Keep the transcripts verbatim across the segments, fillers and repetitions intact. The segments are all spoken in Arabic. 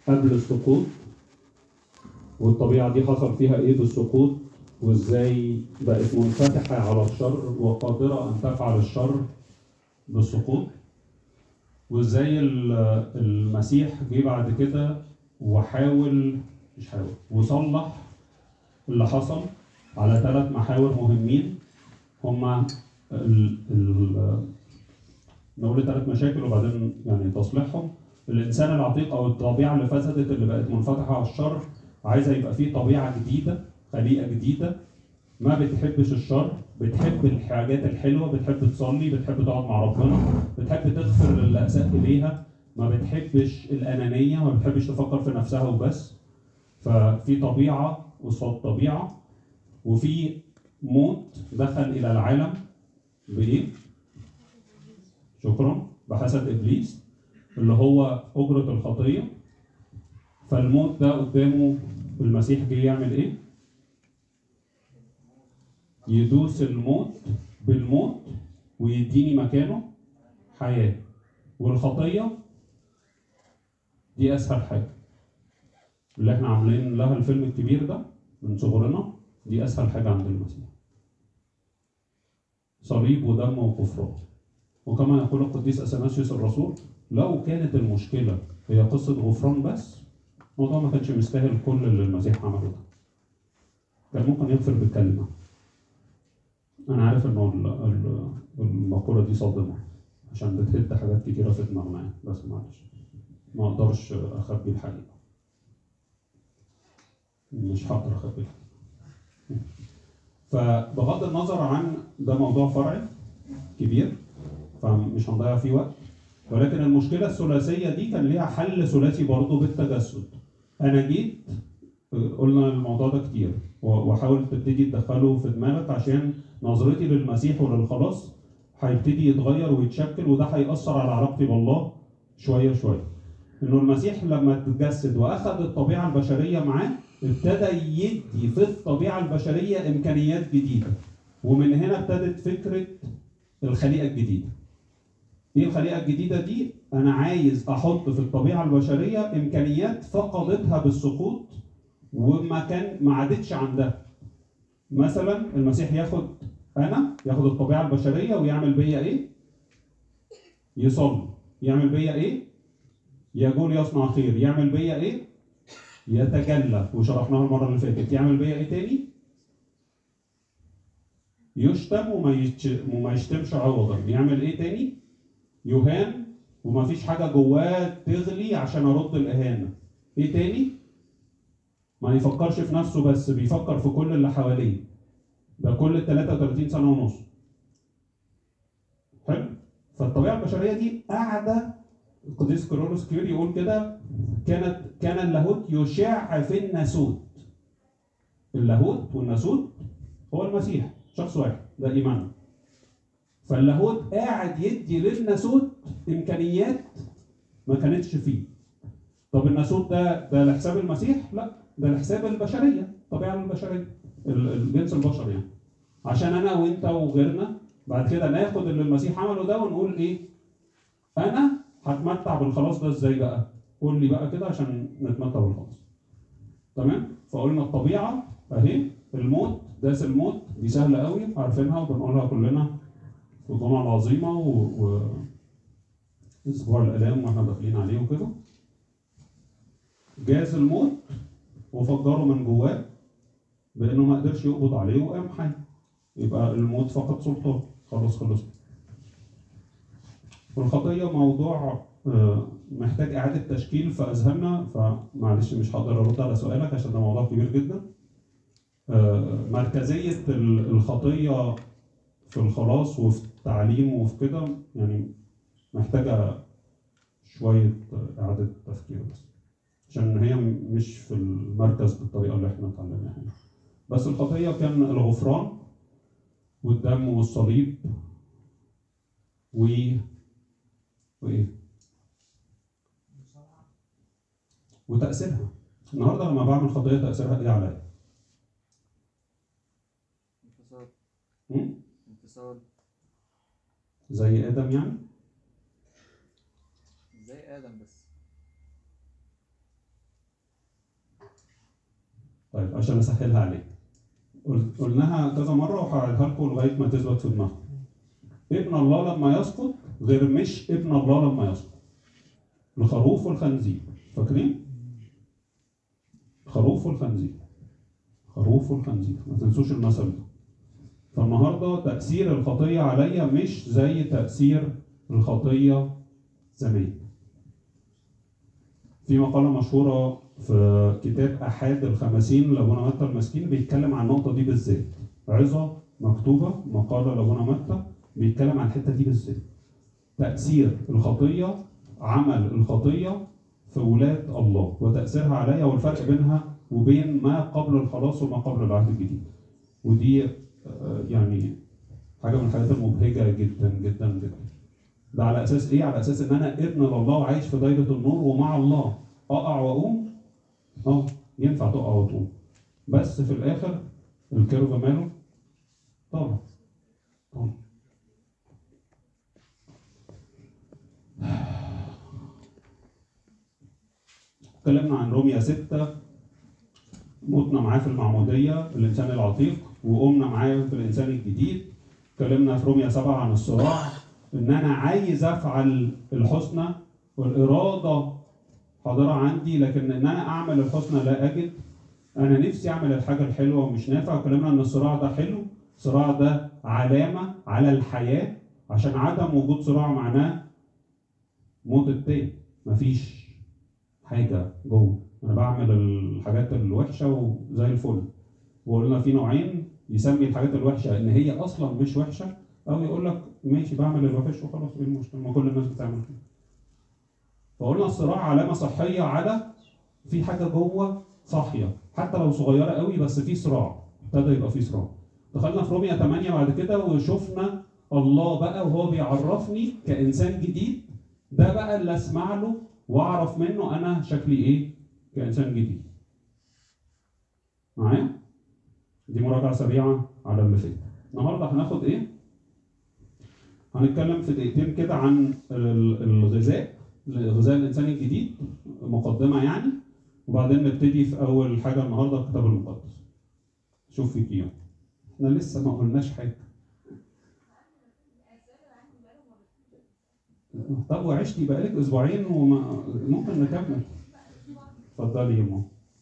قبل السقوط، والطبيعة دي حصل فيها إيه بالسقوط، وإزاي بقت منفتحة على الشر وقادرة أن تفعل الشر بالسقوط، وإزاي المسيح جه بعد كده وحاول مش حاول وصلح اللي حصل على ثلاث محاور مهمين. هما ال ال نقول ثلاث مشاكل وبعدين يعني تصليحهم. الإنسان العتيق أو الطبيعة اللي فسدت اللي بقت منفتحة على الشر، عايزة يبقى فيه طبيعة جديدة، خليقة جديدة ما بتحبش الشر، بتحب الحاجات الحلوة، بتحب تصلي، بتحب تقعد مع ربنا، بتحب تغفر للي أساء إليها، ما بتحبش الأنانية، ما بتحبش تفكر في نفسها وبس. ففي طبيعة قصاد طبيعة، وفي موت دخل إلى العالم بإيه؟ شكرا، بحسد إبليس اللي هو أجرة الخطية. فالموت ده قدامه المسيح جه يعمل إيه؟ يدوس الموت بالموت ويديني مكانه حياة. والخطية دي أسهل حاجة اللي احنا عاملين لها الفيلم الكبير ده من صغرنا، دي أسهل حاجة عند المسيح، صليب ودم وغفران. وكما يقول القديس أثناسيوس الرسول، لو كانت المشكلة هي قصة غفران بس، الموضوع ما كانش مستاهل كل اللي المسيح عمله ده، كان ممكن يغفر بالكلمة. أنا عارف إنه المقولة دي صادمة عشان بتهد حاجات كتيرة في دماغنا، بس معلش ما أقدرش أخبي الحقيقة، مش هقدر أخبي الحقيقة. فبغض النظر عن ده موضوع فرعي كبير فمش هنضيع فيه وقت، ولكن المشكلة الثلاثية دي كان ليها حل ثلاثي برضه بالتجسد. أنا جيت قلنا الموضوع ده كتير، وحاول تبتدي تدخله في دماغك عشان نظرتي للمسيح وللخلاص هيبتدي يتغير ويتشكل، وده هيأثر على علاقتي بالله شوية شوية. إنه المسيح لما تتجسد وأخذ الطبيعة البشرية معاه، ابتدى يدي في الطبيعة البشرية إمكانيات جديدة، ومن هنا ابتدت فكرة الخليقة الجديدة. ايه الخليقة الجديدة دي؟ أنا عايز أحط في الطبيعة البشرية إمكانيات فقدتها بالسقوط وما كان ما عادتش عندها. مثلا المسيح ياخد أنا ياخد الطبيعة البشرية ويعمل بيا إيه؟ يصلي. يعمل بيا إيه؟ يقول يصنع خير. يعمل بيا إيه؟ يتجلى، وشرحناها المرة اللي فاتت. يعمل بيا إيه تاني؟ يشتم وما يتش... وما يشتمش عوضا. يعمل إيه تاني؟ يهان وما فيش حاجة جواه تغلي عشان أرد الإهانة. إيه تاني؟ ما يفكرش في نفسه بس، بيفكر في كل اللي حواليه. ده كل ثلاثة وثلاثين سنة ونص. حلو؟ فالطبيعة البشرية دي قاعدة، القديس كيرلس كيور يقول كده، كانت كان اللاهوت يشع في الناسوت. اللاهوت والناسوت هو المسيح، شخص واحد، ده إيماننا. فاللاهوت قاعد يدي للناسوت إمكانيات ما كانتش فيه. طب الناسوت ده ده لحساب المسيح؟ لا، ده لحساب البشرية، الطبيعة البشرية، الجنس البشري يعني. عشان أنا وأنت وغيرنا بعد كده ناخد اللي المسيح عمله ده ونقول إيه؟ أنا هتمتع بالخلاص ده إزاي بقى؟ قول لي بقى كده عشان نتمتع بالخلاص. تمام؟ فقلنا الطبيعة أهي، الموت، داس الموت، دي سهلة قوي عارفينها وبنقولها كلنا في الجمعة العظيمة و, و... أسبوع الآلام وإحنا داخلين عليه وكده. جاز الموت وفجره من جواه بانه ما قدرش يقبض عليه وقام حي، يبقى الموت فقد سلطان، خلاص خلص. والخطيه موضوع محتاج اعاده تشكيل في اذهاننا، فمعلش مش هقدر ارد على سؤالك عشان ده موضوع كبير جدا. مركزيه الخطيه في الخلاص وفي التعليم وفي كده يعني محتاجه شويه اعاده تفكير بس، عشان هي مش في المركز بالطريقه اللي احنا اتعلمناها. بس الخطيه كان الغفران والدم والصليب و وايه؟ وتاثيرها. النهارده لما بعمل خطيه تاثيرها ايه عليا؟ انفصال. امم انفصال. زي ادم يعني؟ زي ادم بس طيب عشان اسهلها عليك، قل- قلناها كذا مره وهعيدها لكم لغايه ما تثبت في دماغكم. ابن الله لما يسقط غير مش ابن الله لما يسقط. الخروف والخنزير، فاكرين؟ الخروف والخنزير، خروف والخنزير، ما تنسوش المثل ده. فالنهارده تأثير الخطية عليا مش زي تأثير الخطية زمان. في مقالة مشهورة في كتاب أحاد الخمسين لأبونا متى المسكين بيتكلم عن النقطة دي بالذات. عظة مكتوبة مقالة لأبونا متى بيتكلم عن الحتة دي بالذات. تأثير الخطية، عمل الخطية في ولاد الله وتأثيرها عليا والفرق بينها وبين ما قبل الخلاص وما قبل العهد الجديد. ودي آه، يعني حاجة من الحاجات المبهجة جدا جدا جدا. ده على اساس ايه؟ على اساس ان انا ابن لله وعايش في دايره النور ومع الله اقع واقوم. اه ينفع تقع وتقوم، بس في الاخر الكيرف ماله طالع طالع. اتكلمنا عن رومية ستة، موتنا معاه في المعموديه الانسان العتيق وقمنا معاه في الانسان الجديد. اتكلمنا في رومية سبعة عن الصراع، ان انا عايز افعل الحسنى والاراده حاضره عندي، لكن ان انا اعمل الحسنى لا اجد. انا نفسي اعمل الحاجه الحلوه ومش نافع. وكلامنا ان الصراع ده حلو، الصراع ده علامه على الحياه، عشان عدم وجود صراع معناه موت التاني، مفيش حاجه جوه، انا بعمل الحاجات الوحشه وزي الفل. وقلنا في نوعين، يسمي الحاجات الوحشه ان هي اصلا مش وحشه، او يقول لك ماشي بعمل الوحش وخلاص، ايه المشكله؟ ما كل الناس بتعمل كده. فقلنا الصراع علامه صحيه على في حاجه جوه صاحيه، حتى لو صغيره قوي بس في صراع، ابتدى يبقى في صراع. دخلنا في رومية ثمانية بعد كده وشفنا الله بقى وهو بيعرفني كانسان جديد. ده بقى اللي اسمع له واعرف منه انا شكلي ايه كانسان جديد. معايا؟ دي مراجعه سريعه على اللي فات. النهارده هناخد ايه؟ هنتكلم في دقيقتين كده عن ال- الغذاء، غذاء الانسان الجديد، مقدمه يعني. وبعدين نبتدي في اول حاجه النهارده الكتاب المقدس. شوف فيك ايه، احنا لسه ما قلناش حاجه. طب وعشتي بقالك اسبوعين وممكن نكمل. اتفضلي يا ماما.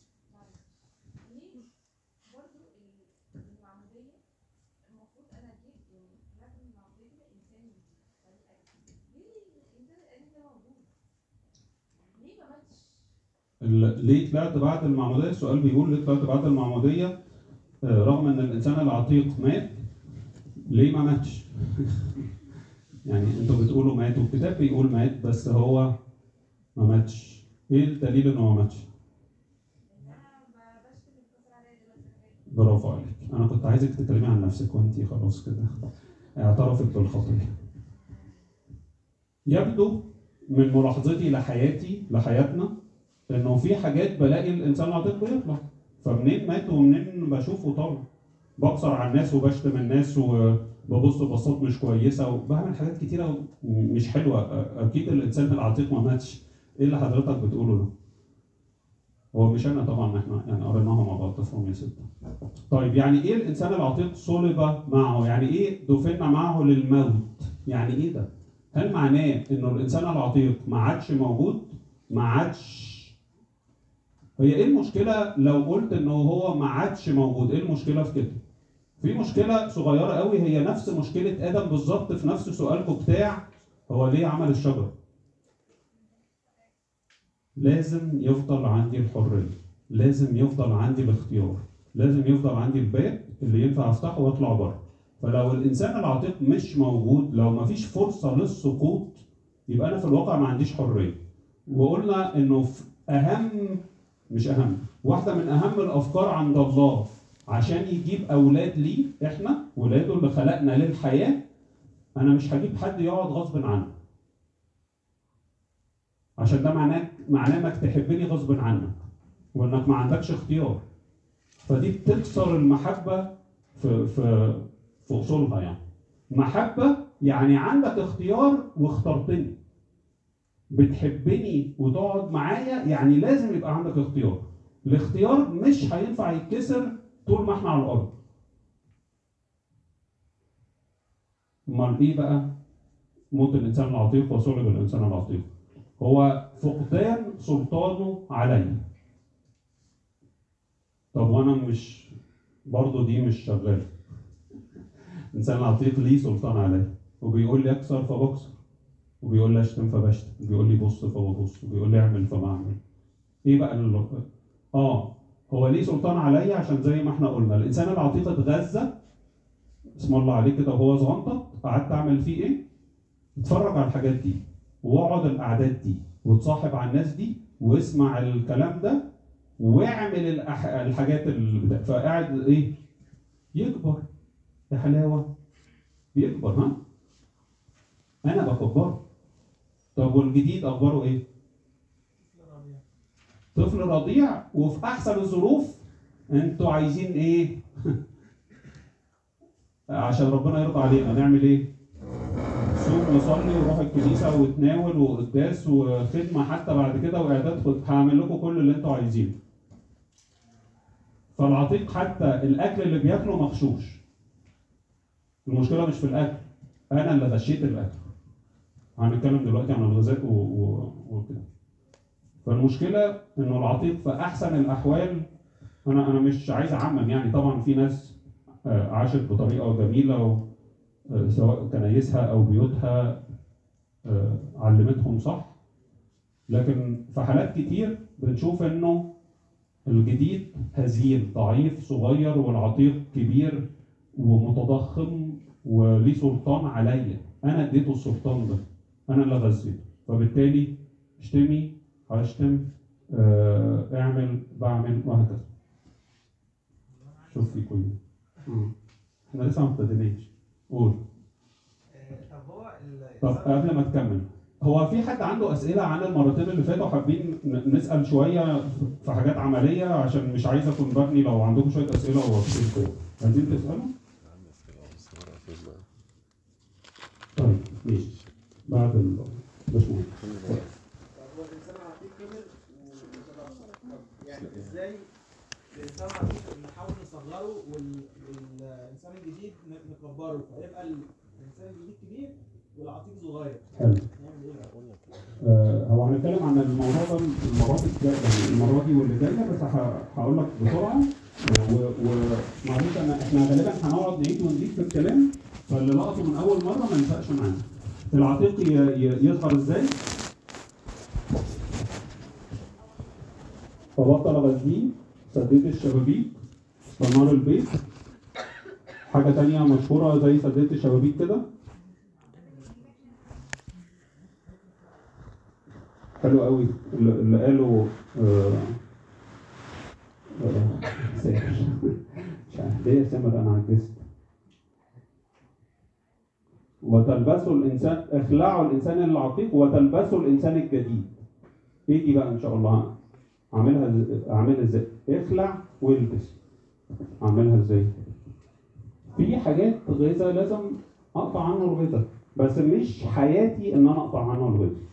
ال- ليه طلعت بعد المعموديه؟ السؤال بيقول ليه طلعت بعد المعموديه آه، رغم ان الانسان العتيق مات؟ ليه ما ماتش؟ يعني انتوا بتقولوا مات والكتاب بيقول مات بس هو ما ماتش. ايه الدليل انه ما ماتش؟ برافو عليك. انا كنت عايزك تتكلمي عن نفسك وانت خلاص كده اعترفت بالخطيه. يبدو من ملاحظتي لحياتي لحياتنا انه في حاجات بلاقي الانسان العتيق بيطلع، فمنين مات ومنين بشوفه طالع. بكسر على الناس وبشتم الناس وببص بصات مش كويسه وبعمل حاجات كتيره مش حلوه. اكيد الانسان العتيق ما ماتش. ايه اللي حضرتك بتقوله ده؟ هو مش انا طبعا، احنا يعني قريناها مع بعض في رومية ستة. طيب يعني ايه الانسان العتيق صلب معه؟ يعني ايه دفن معه للموت؟ يعني ايه ده؟ هل معناه انه الانسان العتيق ما عادش موجود؟ ما عادش. هي ايه المشكله لو قلت انه هو ما عادش موجود؟ ايه المشكله في كده؟ في مشكله صغيره قوي، هي نفس مشكله ادم بالظبط في نفس سؤالكم بتاع هو ليه عمل الشجره. لازم يفضل عندي الحريه، لازم يفضل عندي الاختيار، لازم يفضل عندي الباب اللي ينفع افتحه واطلع بره. فلو الانسان العتيق مش موجود، لو ما فيش فرصه للسقوط، يبقى انا في الواقع ما عنديش حريه. وقلنا انه في اهم مش اهم واحده من اهم الافكار عند الله عشان يجيب اولاد ليه، احنا ولاده اللي خلقنا للحياه، انا مش هجيب حد يقعد غصب عنه، عشان ده معناه معناه انك تحبني غصب عنك وانك ما عندكش اختيار. فدي بتكسر المحبه في في في اصولها. يعني محبه يعني عندك اختيار واخترتني. بتحبني وتقعد معايا يعني لازم يبقى عندك اختيار. الاختيار مش هينفع يتكسر طول ما احنا على الارض. امال ايه بقى موت الانسان العتيق وصلب الانسان العتيق؟ هو فقدان سلطانه علي. طب وانا مش برضه دي مش شغاله. الانسان العتيق ليه سلطان علي، وبيقول لي اكسر فبكسر، وبيقول لي اشتم فبشتم، وبيقول لي بص فببص، وبيقول لي اعمل فبعمل. ايه بقى اللي اه هو ليه سلطان عليا؟ عشان زي ما احنا قلنا الانسان العتيق اتغذى اسم الله عليه كده وهو صغنطط. قعدت اعمل فيه ايه؟ اتفرج على الحاجات دي، واقعد الاعداد دي، وتصاحب على الناس دي، واسمع الكلام ده، واعمل الأح... الحاجات اللي فقاعد ايه؟ يكبر. يا حلاوه بيكبر. ها انا بكبره. طب والجديد اخباره ايه؟ طفل رضيع وفي احسن الظروف. انتوا عايزين ايه؟ عشان ربنا يرضى علينا نعمل ايه؟ صوم وصلي وروح الكنيسه وتناول وقداس وخدمه حتى بعد كده واعداد. هعمل لكم كل اللي انتوا عايزينه. فالعتيق حتى الاكل اللي بياكله مغشوش. المشكله مش في الاكل، انا اللي غشيت الاكل. هنتكلم دلوقتي عن الغذاء وكده. فالمشكله انه العتيق في احسن الاحوال. انا انا مش عايز اعمم يعني، طبعا في ناس عاشت بطريقه جميله سواء كنايسها او بيوتها علمتهم صح، لكن في حالات كتير بنشوف انه الجديد هزيل ضعيف صغير، والعتيق كبير ومتضخم وليه سلطان عليا. انا اديته السلطان ده، انا اللي غذيته. فبالتالي اشتمي هشتم، اه اعمل بعمل، وهكذا. شوف في كله. احنا لسه ما ابتديناش. قول. طب هو طب قبل ما تكمل، هو في حد عنده اسئله عن المرتين اللي فاتوا؟ حابين نسال شويه في حاجات عمليه، عشان مش عايز اكون ببني. لو عندكم شويه اسئله وواقفين عايزين تسالوا. طيب ماشي بعد ال باشمهندس. هو الانسان العتيق كبر ومتضخم، يعني ازاي الانسان العتيق نحاول نصغره والانسان الجديد نكبره، فيبقى الانسان الجديد كبير والعتيق صغير. حلو. آه هو هنتكلم عن الموضوع ده المرات الجايه، يعني المره دي واللي جايه، بس هقول لك بسرعه. ومعلش انا احنا غالبا هنقعد نعيد ونزيد في الكلام، فاللي لقطه من اول مره ما ينفعش معانا. العتيق يظهر ازاي؟ فبطل غزيه، سديت الشبابيك، استنار البيت. حاجه ثانيه مشهوره زي سديت الشبابيك كده. حلو قوي اللي قاله آه آه سامر. مش عارف ليه يا سامر انا عجزت. وتلبسوا الانسان، اخلعوا الانسان العتيق وتلبسوا الانسان الجديد. ايه دي بقى ان شاء الله؟ اعملها اعملها ازاي؟ اخلع والبس. اعملها ازاي؟ في حاجات غذاء لازم اقطع عنه الغذاء، بس مش حياتي ان انا اقطع عنه الغذاء.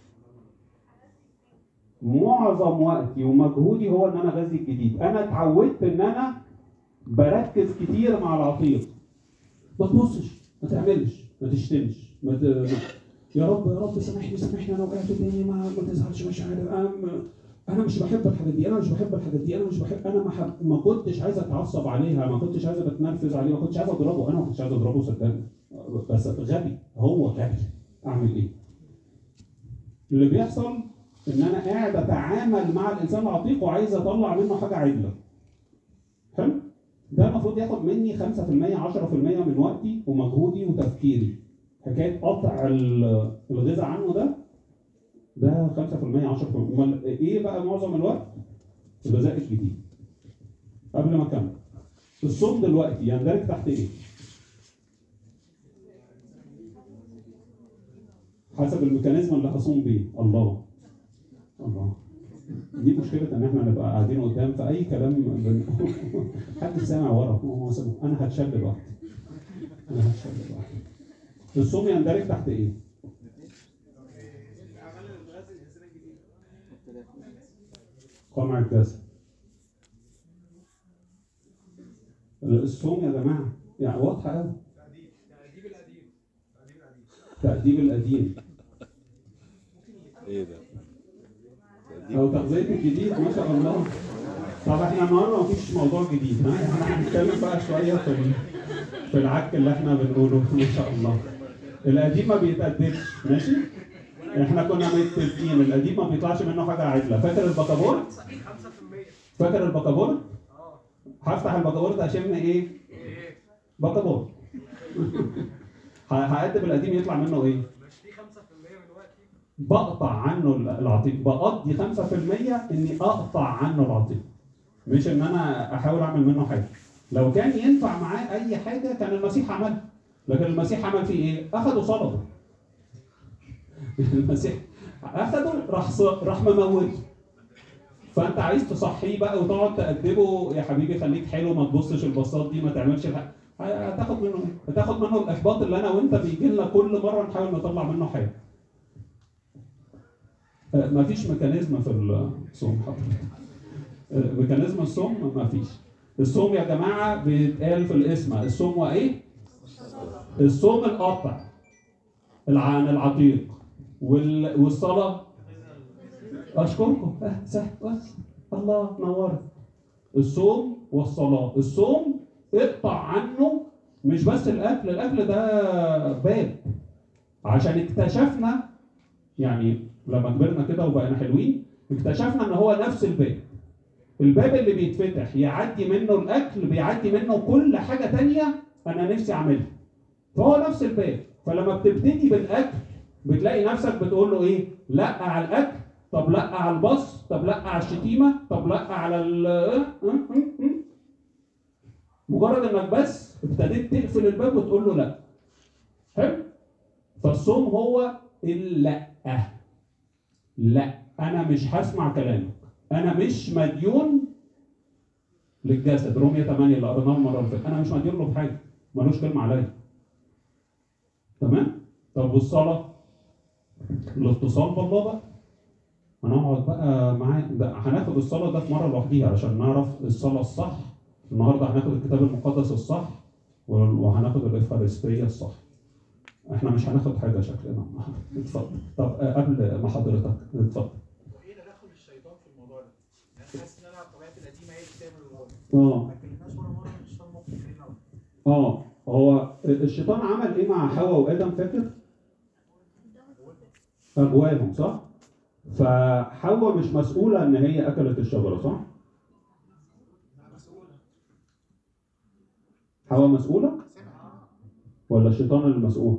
معظم وقتي ومجهودي هو ان انا اغذي الجديد. انا اتعودت ان انا بركز كتير مع العتيق. ما تبصش، ما تعملش، ما تشتمش، ما ت... يا رب يا رب سامحني سامحني انا وقعت تاني، ما ما تزعلش، مش عارف انا انا مش بحب الحاجات دي، انا مش بحب الحاجات دي، انا مش بحب، انا ما حب... ما كنتش عايز اتعصب عليها، ما كنتش عايز اتنرفز عليه، ما كنتش عايز اضربه، انا ما كنتش عايز اضربه صدقني، بس غبي، هو غبي. اعمل ايه؟ اللي بيحصل ان انا قاعد اتعامل مع الانسان العتيق وعايز اطلع منه حاجه عدله. حلو؟ ده المفروض ياخد مني خمسة في المية عشرة في المية من وقتي ومجهودي وتفكيري. حكايه قطع الغذاء عنه ده ده خمسة في المية عشرة في المية. امال ايه بقى معظم الوقت؟ الغذاء الجديد. قبل ما اكمل، الصوم دلوقتي يندرج تحت ايه؟ حسب الميكانيزم اللي هصوم بيه. الله الله، دي مشكلة ان احنا نبقى قاعدين قدام في اي كلام بنقول حد سامع ورا. انا هتشل لوحدي، انا هتشل لوحدي. الصوم يندرج تحت ايه؟ قمع الجسد. الصوم يا جماعه يعني واضحه قوي. تأديب القديم تأديب القديم تأديب القديم ايه ده؟ او تغذيه الجديد ما شاء الله. طب احنا النهارده مفيش موضوع جديد، ها احنا هنتكلم بقى شويه في ال- في العك اللي احنا بنقوله ما شاء الله. القديم ما بيتأدبش، ماشي؟ احنا كنا متفقين القديم ما بيطلعش منه حاجه عدله. فاكر البكابور؟ خمسة في المية. فاكر البكابور؟ اه هفتح البكابور ده اشم ايه؟ ايه؟ بكابور. ه- هقدم القديم يطلع منه ايه؟ مش في خمسة في المية من وقتي؟ بقطع عنه العتيق، بقضي خمسة في المية اني اقطع عنه العتيق، مش ان انا احاول اعمل منه حاجه. لو كان ينفع معاه اي حاجه كان المسيح عملها، لكن المسيح عمل فيه ايه؟ اخده صلبه. المسيح اخده راح ص- راح مموته. فانت عايز تصحيه بقى وتقعد تأدبه يا حبيبي خليك حلو ما تبصش البصات دي ما تعملش الحاجة. هتاخد منه ايه؟ هتاخد منه الاحباط اللي انا وانت بيجي لنا كل مره نحاول نطلع منه حاجه. آه، مفيش ميكانيزم في الصوم حضرتك. آه، ميكانيزم الصوم مفيش. الصوم يا جماعه بيتقال في الاسم، الصوم وايه؟ الصوم القطع عن العتيق وال- والصلاه. اشكركم اه سهل بس الله نورت. الصوم والصلاه. الصوم اقطع عنه مش بس الاكل، الاكل ده باب. عشان اكتشفنا يعني لما كبرنا كده وبقينا حلوين اكتشفنا ان هو نفس الباب. الباب اللي بيتفتح يعدي منه الاكل بيعدي منه كل حاجه تانية انا نفسي اعملها. فهو نفس الباب. فلما بتبتدي بالاكل بتلاقي نفسك بتقول له ايه؟ لا على الاكل، طب لا على البص، طب لا على الشتيمه، طب لا على ال مجرد انك بس ابتديت تقفل الباب وتقول له لا. حلو؟ فالصوم هو اللا. لا انا مش هسمع كلامك، انا مش مديون للجسد. رومية ثمانية اللي قريناه المره اللي فاتت، انا مش مديون له بحاجه، ملوش كلمه عليا. تمام؟ طب والصلاه؟ الاتصال بالله بقى. هنقعد بقى معاه ده، هناخد الصلاه ده في مره لوحديها عشان نعرف الصلاه الصح. النهارده هناخد الكتاب المقدس الصح وهناخد الافخارستيه الصح. احنا مش هناخد حاجه شكلنا. اتفضل. طب آه، قبل ما حضرتك اتفضل. وايه تدخل الشيطان في الموضوع ده؟ يعني انا حاسس ان انا طبيعتي القديمه هي اللي بتعمل الوضع. اه ما اتكلمناش ولا مره عن الشيطان ممكن يكلمنا ولا. اه هو الشيطان عمل ايه مع حواء وادم فاكر؟ ابواهم صح؟ فحواء مش مسؤوله ان هي اكلت الشجره صح؟ مسؤوله. حواء مسؤوله؟ ولا الشيطان المسؤول؟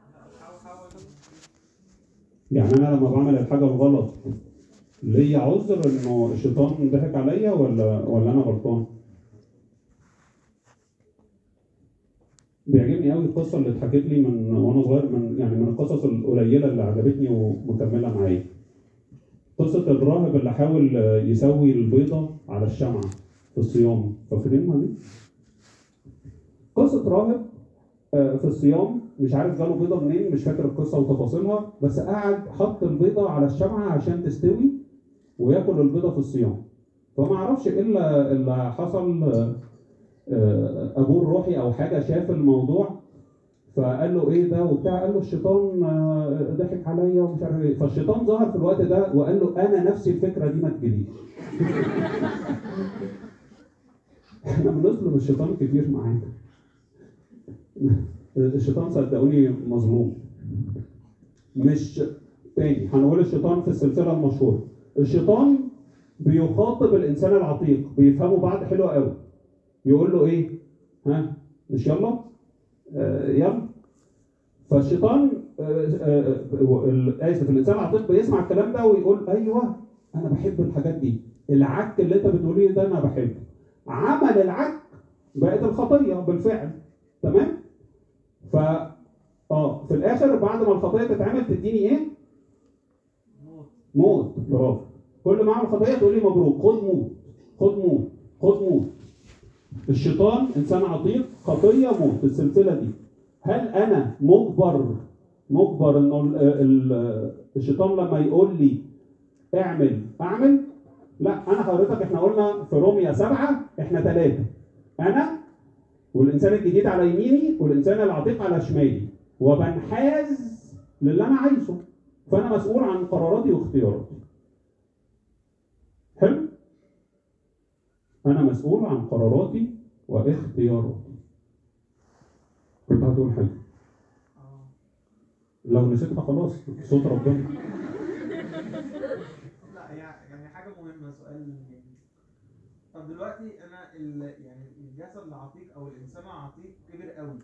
يعني انا لما بعمل الحاجه الغلط ليا عذر انه الشيطان ضحك عليا ولا ولا انا غلطان؟ بيعجبني قوي القصه اللي اتحكت لي من وانا صغير، من يعني من القصص القليله اللي عجبتني ومكمله معايا. قصه الراهب اللي حاول يسوي البيضه على الشمعه في الصيام، فاكرينها دي؟ قصه راهب في الصيام مش عارف جاله بيضه منين، مش فاكر القصه وتفاصيلها، بس قعد حط البيضه على الشمعه عشان تستوي وياكل البيضه في الصيام. فما اعرفش ايه اللي اللي حصل، ابوه الروحي او حاجه شاف الموضوع فقال له ايه ده وبتاع، قال له الشيطان ضحك عليا ومش عارف ايه. فالشيطان ظهر في الوقت ده وقال له انا نفسي الفكره دي ما تجيليش. احنا بنظلم الشيطان كتير معانا. الشيطان صدقوني مظلوم. مش تاني هنقول الشيطان في السلسله المشهوره. الشيطان بيخاطب الانسان العتيق، بيفهموا بعض حلو قوي. يقول له ايه؟ ها مش يلا؟ آه يلا. فالشيطان آه آه اسف الانسان العتيق بيسمع الكلام ده ويقول ايوه انا بحب الحاجات دي، العك اللي انت بتقوليه ده انا بحبه. عمل العك بقت الخطيه بالفعل. تمام؟ ف اه في الاخر بعد ما الخطيه تتعمل تديني ايه؟ موت. موت. برافو. كل ما اعمل خطيه تقول لي مبروك، خد موت، خد موت، خد موت. الشيطان انسان عتيق، خطيه، موت، السلسله دي. هل انا مجبر مجبر انه ال ال الشيطان لما يقول لي اعمل اعمل؟ لا. انا حضرتك احنا قلنا في رومية سبعة احنا ثلاثه. انا والانسان الجديد على يميني والانسان العتيق على شمالي، وبنحاز للي انا عايزه. فانا مسؤول عن قراراتي واختياراتي. حلو؟ انا مسؤول عن قراراتي واختياراتي. كنت هتقول حاجه؟ لو نسيتها خلاص، صوت ربنا. لا يعني حاجه مهمه، سؤال يعني. طب دلوقتي انا ال... يعني الجسد العتيق او الانسان العتيق كبر قوي،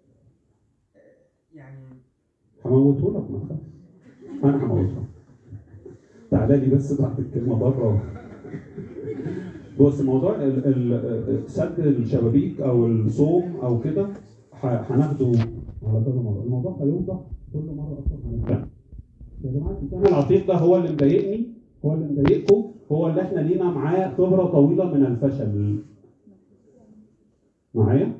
يعني هموته لك، ما تخافش، انا هموته. تعالى لي بس بعد الكلمه بره. بص، موضوع ال... ال... سد الشبابيك او الصوم او كده هناخده على كذا مره. الموضوع هيوضح كل مره اكتر من الثانيه. يا جماعه الانسان العتيق ده هو اللي مضايقني، هو اللي مضايقكم، هو اللي احنا لينا معاه خبره طويله من الفشل. معايا؟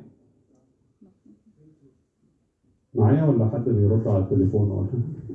معايا ولا حد بيرد على التليفون ولا؟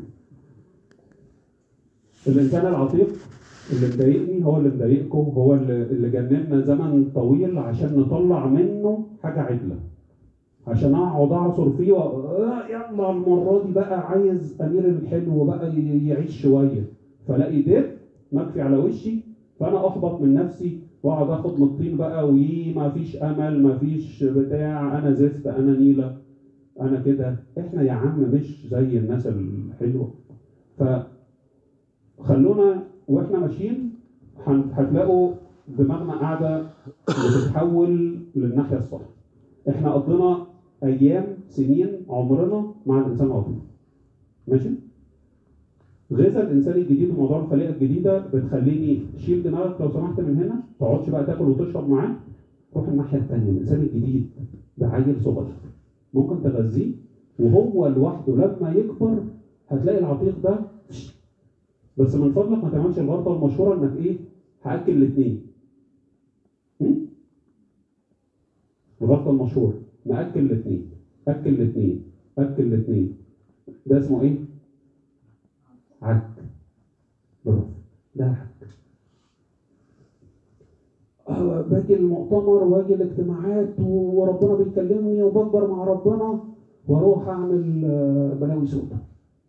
الانسان العتيق اللي مضايقني هو اللي مضايقكم، هو اللي اللي جننا زمن طويل عشان نطلع منه حاجه عدله، عشان اقعد اعصر فيه و... آه يلا المره دي بقى عايز امير الحلو بقى يعيش شويه، فلاقي دب مكفي على وشي، فانا احبط من نفسي واقعد اخد من الطين بقى، وي ما فيش امل، ما فيش بتاع، انا زفت، انا نيله، انا كده. احنا يا عم مش زي الناس الحلوه. فخلونا واحنا ماشيين هتلاقوا دماغنا قاعده بتتحول للناحيه الصح. احنا قضينا ايام سنين عمرنا مع الانسان العتيق. ماشي؟ غذاء الانسان الجديد وموضوع الخليقه الجديده بتخليني شيل دماغك لو سمحت من هنا، ما تقعدش بقى تاكل وتشرب معاه، روح الناحيه الثانيه. الانسان الجديد ده عيل صغير ممكن تغذيه، وهو لوحده لما يكبر هتلاقي العتيق ده. بس من فضلك ما تعملش الغلطه المشهوره انك ايه؟ هاكل الاثنين. الغلطه المشهوره ناكل الاثنين، اكل الاثنين، اكل الاثنين. ده اسمه ايه؟ عك. برافو، ده عك. أه باجي المؤتمر واجي الاجتماعات وربنا بيكلمني وبكبر مع ربنا واروح اعمل بلاوي سودة.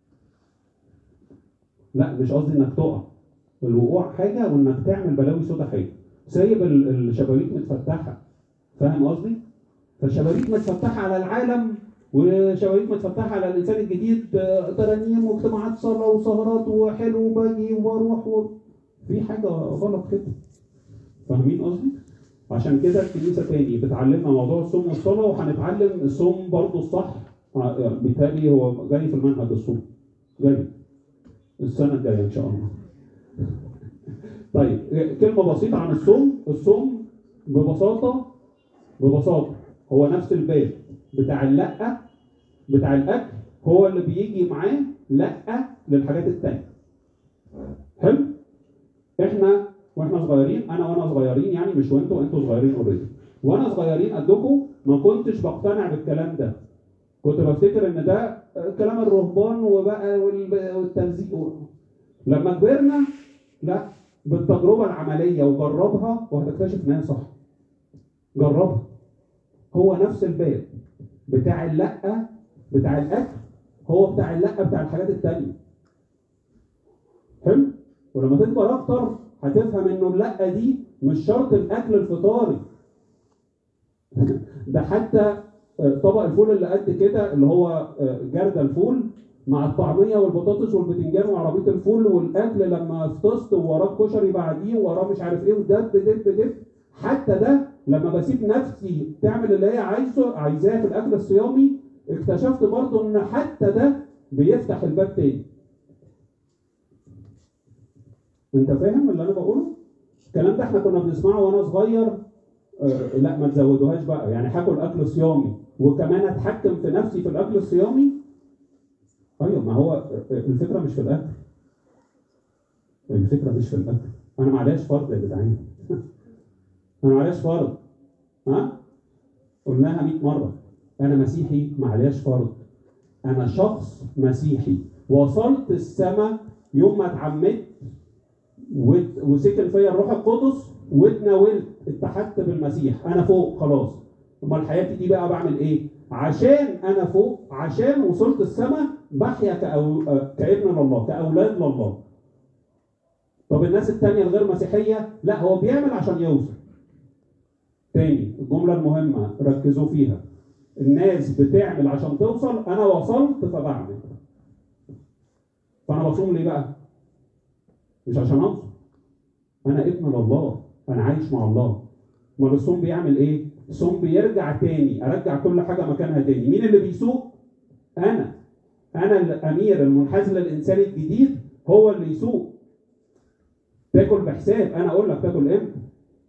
لا مش قصدي انك تقع، الوقوع حاجه وانك تعمل بلاوي سودة حاجه. سايب الشبابيك متفتحه، فاهم قصدي؟ فالشبابيك متفتحه على العالم وشبابيك متفتحه على الانسان الجديد، ترانيم واجتماعات صلاه وسهرات وحلو وباجي واروح و... في حاجه غلط كده. فاهمين قصدي؟ عشان كده الكنيسه تاني بتعلمنا موضوع الصوم والصلاه، وهنتعلم الصوم برضه الصح. بالتالي هو جاي في المنهج الصوم، جاي السنه الجايه ان شاء الله. طيب كلمه بسيطه عن الصوم. الصوم ببساطه ببساطه هو نفس الباب بتاع اللأ بتاع الاكل، هو اللي بيجي معاه لأ للحاجات التانية. حلو؟ احنا واحنا صغيرين، انا وانا صغيرين يعني مش وانتوا، انتوا صغيرين اوريدي، وانا صغيرين قدكم ما كنتش بقتنع بالكلام ده. كنت بفتكر ان ده كلام الرهبان وبقى والتلزيق. لما كبرنا لا، بالتجربه العمليه وجربها وهتكتشف ان هي صح. جربها. هو نفس الباب بتاع اللأ بتاع الاكل، هو بتاع اللأ بتاع الحاجات التانية. حلو؟ ولما تكبر اكتر هتفهم انه اللأ دي مش شرط الاكل الفطاري. ده حتى طبق الفول اللي قد كده اللي هو جردل الفول مع الطعميه والبطاطس والبتنجان وعربيه الفول والاكل لما فطست ووراه كشري بعديه ووراه مش عارف ايه ودب دب دب، حتى ده لما بسيب نفسي تعمل اللي هي عايزه عايزاه في الاكل الصيامي، اكتشفت برضه ان حتى ده بيفتح الباب تاني. انت فاهم اللي انا بقوله؟ الكلام ده احنا كنا بنسمعه وانا صغير. آه لا ما تزودوهاش بقى، يعني هاكل اكل صيامي وكمان اتحكم في نفسي في الاكل الصيامي. ايوه، ما هو الفكره مش في الاكل. الفكره مش في الاكل. انا معليش فرض يا جدعان. انا معليش فرض. ها؟ قلناها مئة مره. انا مسيحي معليش فرض. انا شخص مسيحي وصلت السماء يوم ما اتعمدت وسكن فيا الروح القدس واتناولت، اتحدت بالمسيح، انا فوق خلاص. امال حياتي دي بقى بعمل ايه؟ عشان انا فوق، عشان وصلت السماء بحيا كأو... كابن لله، كاولاد لله. طب الناس التانية الغير مسيحية لا، هو بيعمل عشان يوصل. تاني الجملة المهمة ركزوا فيها، الناس بتعمل عشان توصل، انا وصلت فبعمل. فانا بصوم ليه بقى؟ مش عشان اوصل، انا ابن لله، انا عايش مع الله. امال الصوم بيعمل ايه؟ الصوم بيرجع تاني، ارجع كل حاجه مكانها تاني. مين اللي بيسوق؟ انا انا الامير المنحاز للانسان الجديد هو اللي يسوق. تاكل بحساب، انا اقول لك تاكل امتى.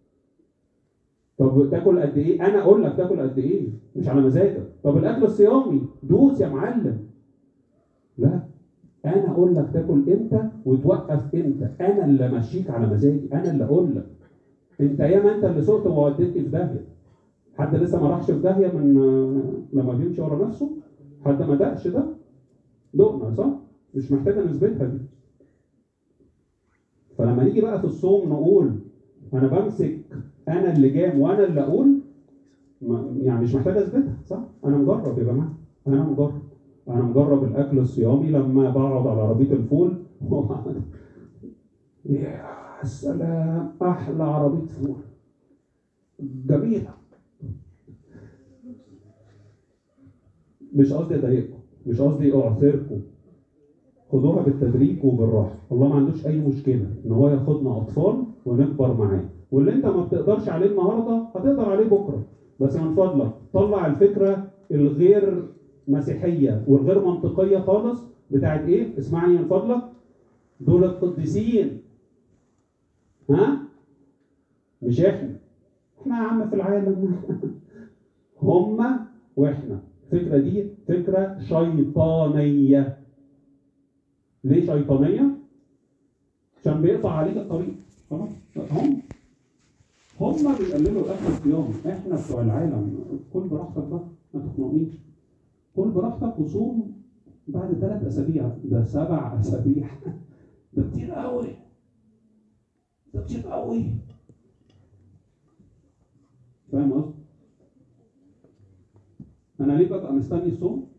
طب تاكل قد ايه؟ انا اقول لك تاكل قد ايه، مش على مزاجك. طب الاكل الصيامي دوس يا معلم، لا، انا اقول لك تاكل امتى وتوقف امتى. انا اللي امشيك على مزاجي، انا اللي اقول لك. انت ياما انت اللي سقت ووديتني في داهيه. حد لسه ما راحش في داهيه من لما بيمشي ورا نفسه؟ حد ما دقش ده؟ دقنا صح؟ مش محتاجه نثبتها دي. فلما نيجي بقى في الصوم نقول انا بمسك انا اللي جام وانا اللي اقول، يعني مش محتاج اثبتها صح؟ انا مجرب يا جماعه، انا مجرب. انا مجرب الاكل الصيامي لما بقعد على عربيه الفول يا سلام، احلى عربيه فول جميله. مش قصدي اضايقكم، مش قصدي اعثركم، خدوها بالتدريج وبالراحه. الله ما عندوش اي مشكله ان هو ياخدنا اطفال ونكبر معاه، واللي انت ما بتقدرش عليه النهارده هتقدر عليه بكره. بس من فضلك طلع الفكره الغير مسيحيه والغير منطقيه خالص بتاعت ايه؟ اسمعني من فضلك، دول القديسين، ها؟ مش احنا. احنا يا عم في العالم هم واحنا. الفكره دي فكره شيطانيه. ليه شيطانيه؟ عشان بيقطع عليك الطريق. خلاص هم هم بيقللوا الاكل الصيامي، احنا بتوع العالم. كل براحتك بقى، ما تخنقنيش. كل براحتك وصوم بعد ثلاث اسابيع، ده سبع اسابيع ده كتير قوي، ده كتير قوي. فاهم قصدي؟ انا ليه ببقى مستني الصوم؟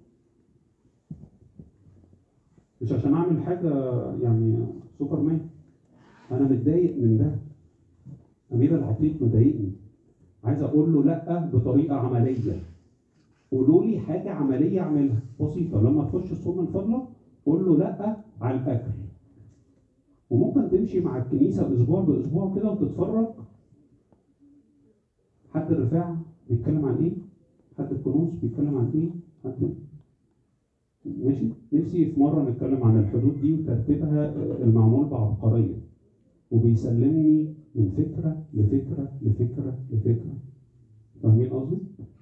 مش عشان اعمل حاجه يعني سوبر مان. انا متضايق من ده، امير العتيق مضايقني، عايز اقول له لا بطريقه عمليه. قولوا لي حاجه عمليه اعملها بسيطه. لما تخش الصوم من فضلك قول له لا على الاكل. وممكن تمشي مع الكنيسه اسبوع باسبوع كده وتتفرج حد الرفاع بيتكلم عن ايه، حد الكنوز بيتكلم عن ايه، حد ماشي. نفسي في مره نتكلم عن الحدود دي وترتيبها المعمول بعبقريه، وبيسلمني من فكره لفكره لفكره لفكره. فاهمين قصدي؟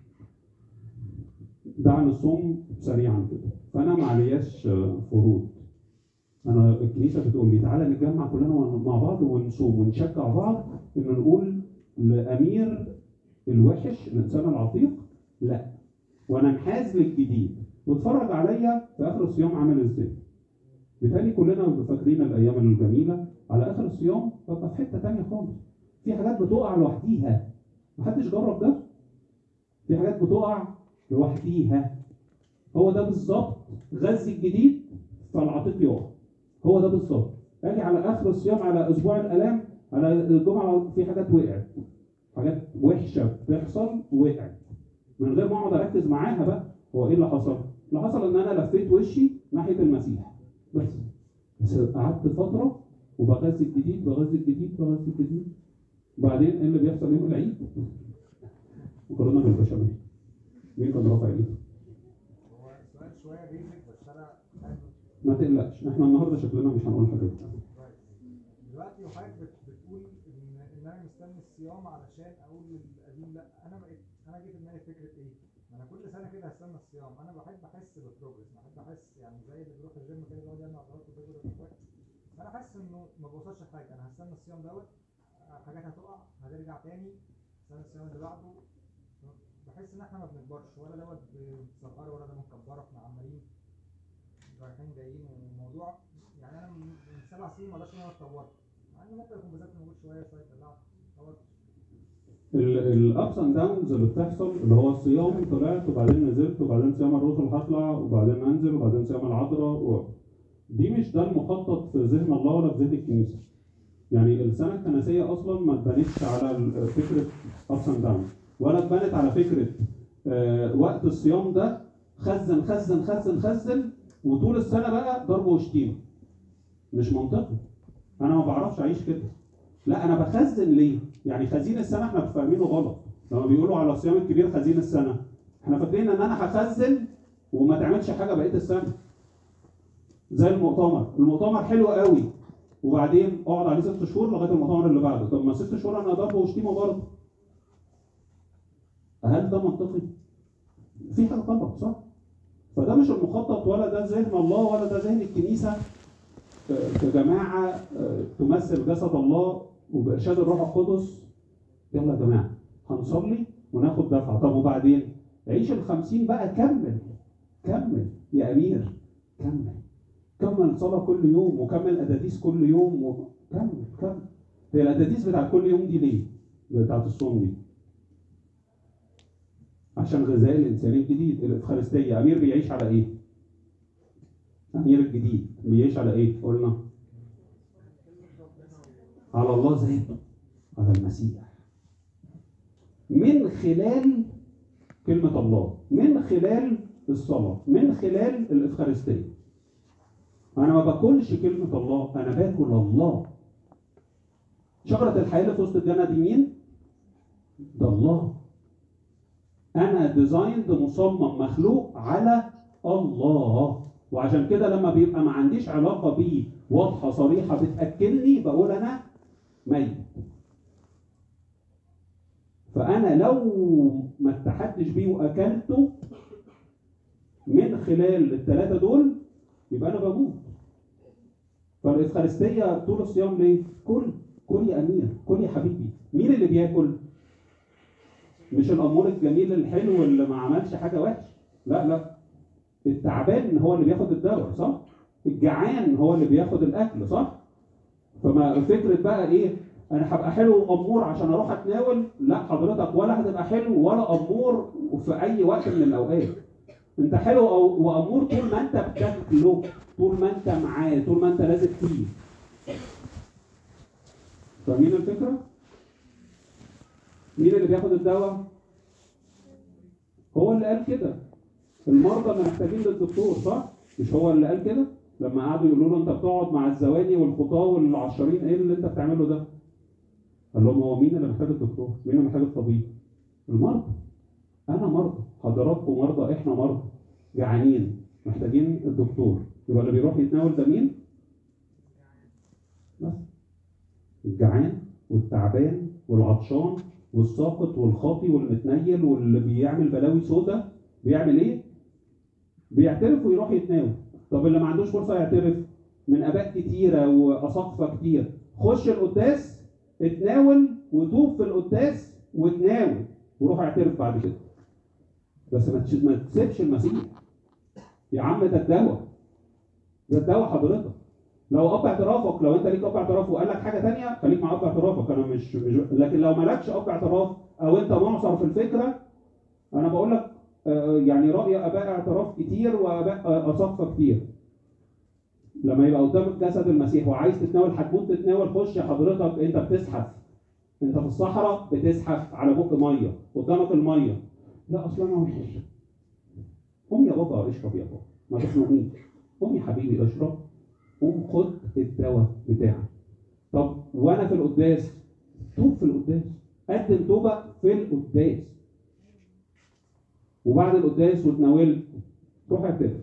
ده عن الصوم سريعا كده. فانا ما علياش فروض. انا الكنيسه بتقول لي تعالى نتجمع كلنا مع بعض ونصوم ونشجع بعض ان نقول لامير الوحش الانسان العتيق لا، وانا انحاز للجديد. واتفرج عليا في اخر الصيام عامل ازاي. بالتالي كلنا فاكرين الايام الجميله، على اخر الصيام ببقى في حته ثانيه خالص. في حاجات بتقع لوحديها، محدش جرب ده. في حاجات بتقع لوحديها. هو ده بالظبط غزي الجديد فالعتيق يقع. هو ده بالظبط. اجي على اخر الصيام على اسبوع الالام، على الجمعه في حاجات وقعت، حاجات وحشه بتحصل وقعت، من غير ما اقعد اركز معاها بقى. هو ايه اللي حصل؟ اللي حصل ان انا لفيت وشي ناحيه المسيح بس. بس قعدت فتره وبغذي الجديد بغذي الجديد بغذي الجديد. وبعدين ايه اللي بيحصل يوم العيد؟ مكرونه بالبشاميل. مين كان رافع ايده؟ هو سؤال شويه بيزك بس انا ما تقلقش، احنا النهارده شكلنا مش هنقول حاجات. دلوقتي وحضرتك بتقول ان ان انا مستني الصيام علشان اقول للقديم لا. انا بقيت انا جيت في دماغي فكره ايه؟ ما انا كل سنه كده هستنى الصيام. انا بحب احس بالبروجرس، بحب احس يعني زي اللي بيروح الجيم كده يقعد يعمل عضلات وبيجري وبتاع. انا حاسس انه ما بوصلش لحاجه. انا هستنى الصيام دوت، حاجات هتقع هترجع تاني، استنى الصيام اللي بعده. بحس ان احنا ما بنكبرش، ولا دوت بنصغره ولا ده بنكبره. احنا عمالين رايحين جايين. والموضوع يعني انا من سبع سنين ما اقدرش ان انا اتطورت، مع ان ممكن يكون بذات موجود شويه شويه دلع اتطورت. الابس اند داونز اللي بتحصل اللي هو الصيام طلعت وبعدين نزلت وبعدين صيام الرسل هطلع وبعدين انزل وبعدين صيام العذراء و... دي مش ده المخطط في ذهن الله ولا في ذهن الكنيسه. يعني السنه الكنسيه اصلا ما اتبنتش على فكره ابس اند داونز ولا اتبنت على فكره آه وقت الصيام ده خزن خزن خزن خزن وطول السنه بقى ضرب وشتيمه. مش منطقي. انا ما بعرفش اعيش كده. لا انا بخزن ليه؟ يعني خزين السنه احنا فاهمينه غلط. لما بيقولوا على الصيام الكبير خزين السنه احنا فاكرين ان انا هخزن وما تعملش حاجه بقيه السنه. زي المؤتمر، المؤتمر حلو قوي وبعدين اقعد عليه ست شهور لغايه المؤتمر اللي بعده. طب ما ست شهور انا ضرب وشتيمه برضه. هل ده منطقي؟ في حاجه غلط صح؟ فده مش المخطط ولا ده ذهن الله ولا ده ذهن الكنيسه كجماعه تمثل جسد الله وبإرشاد الروح القدس. يلا يا جماعه هنصلي وناخد دفعه. طب وبعدين عيش الخمسين بقى كمل كمل يا امير كمل كمل صلاه كل يوم وكمل اداديس كل يوم وكمل كمل. هي الاداديس بتاعت كل يوم دي ليه؟ بتاعت الصوم دي عشان غذاء الانسان الجديد. الافخارستيه امير بيعيش على ايه؟ امير الجديد بيعيش على ايه؟ قلنا على الله ذاته على المسيح من خلال كلمة الله من خلال الصلاة من خلال الإفخارستية. أنا ما باكلش كلمة الله أنا باكل الله. شجرة الحياة اللي في وسط الجنة دي مين؟ ده الله. أنا ديزايند مصمم مخلوق على الله. وعشان كده لما بيبقى ما عنديش علاقة بيه واضحة صريحة بتأكلني بقول أنا ميت. فأنا لو ما اتحدش بيه وأكلته من خلال الثلاثة دول يبقى أنا بموت. فالإفخارستية طول الصيام ليه؟ كل كل يا أمير كل يا حبيبي. مين اللي بياكل؟ مش الأمور الجميل الحلو اللي ما عملش حاجة وحش. لا لا التعبان هو اللي بياخد الدواء صح؟ الجعان هو اللي بياخد الأكل صح؟ فما فكرة بقى إيه؟ أنا هبقى حلو وأمور عشان أروح أتناول؟ لا حضرتك ولا هتبقى حلو ولا أمور في أي وقت من الأوقات. أنت حلو وأمور طول ما أنت بتاكله طول ما أنت معاه طول ما أنت لازق فيه. فاهمين الفكرة؟ مين اللي بياخد الدواء؟ هو اللي قال كده. المرضى اللي محتاجين للدكتور صح؟ مش هو اللي قال كده؟ لما قعدوا يقولوا له انت بتقعد مع الزواني والخطاه والعشرين ايه اللي انت بتعمله ده؟ قال لهم هو مين اللي محتاج الدكتور؟ مين اللي محتاج الطبيب؟ المرضى. انا مرضى، حضراتكم مرضى، احنا مرضى جعانين محتاجين الدكتور. يبقى اللي بيروح يتناول ده مين؟ بس الجعان والتعبان والعطشان والساقط والخاطي والمتنيل واللي بيعمل بلاوي سودا بيعمل ايه؟ بيعترف ويروح يتناول. طب اللي ما عندوش فرصه يعترف من اباء كتيره واساقفه كتير خش القداس اتناول وتوب في القداس وتناول وروح اعترف بعد كده. بس ما تسيبش المسيح يا عم. ده الدواء ده الدواء حضرتك. لو اب اعترافك لو انت ليك اب اعتراف وقال لك حاجه ثانيه خليك مع اب اعترافك. انا مش, مش لكن لو مالكش اب اعتراف او انت معصر في الفكره انا بقول لك يعني رأي اباء اعتراف كتير واباء اساقفه كتير. لما يبقى قدامك جسد المسيح وعايز تتناول هتموت تتناول خش حضرتك. انت بتزحف انت في الصحراء بتزحف على بق ميه قدامك الميه. لا اصلا انا وحش. قوم يا بابا اشرب يا بابا ما تخنقنيش. قوم يا حبيبي اشرب. قوم خد الدواء بتاعك. طب وانا في القداس توب في القداس. قدم توبه في القداس. وبعد القداس وتناولت روح اعترف.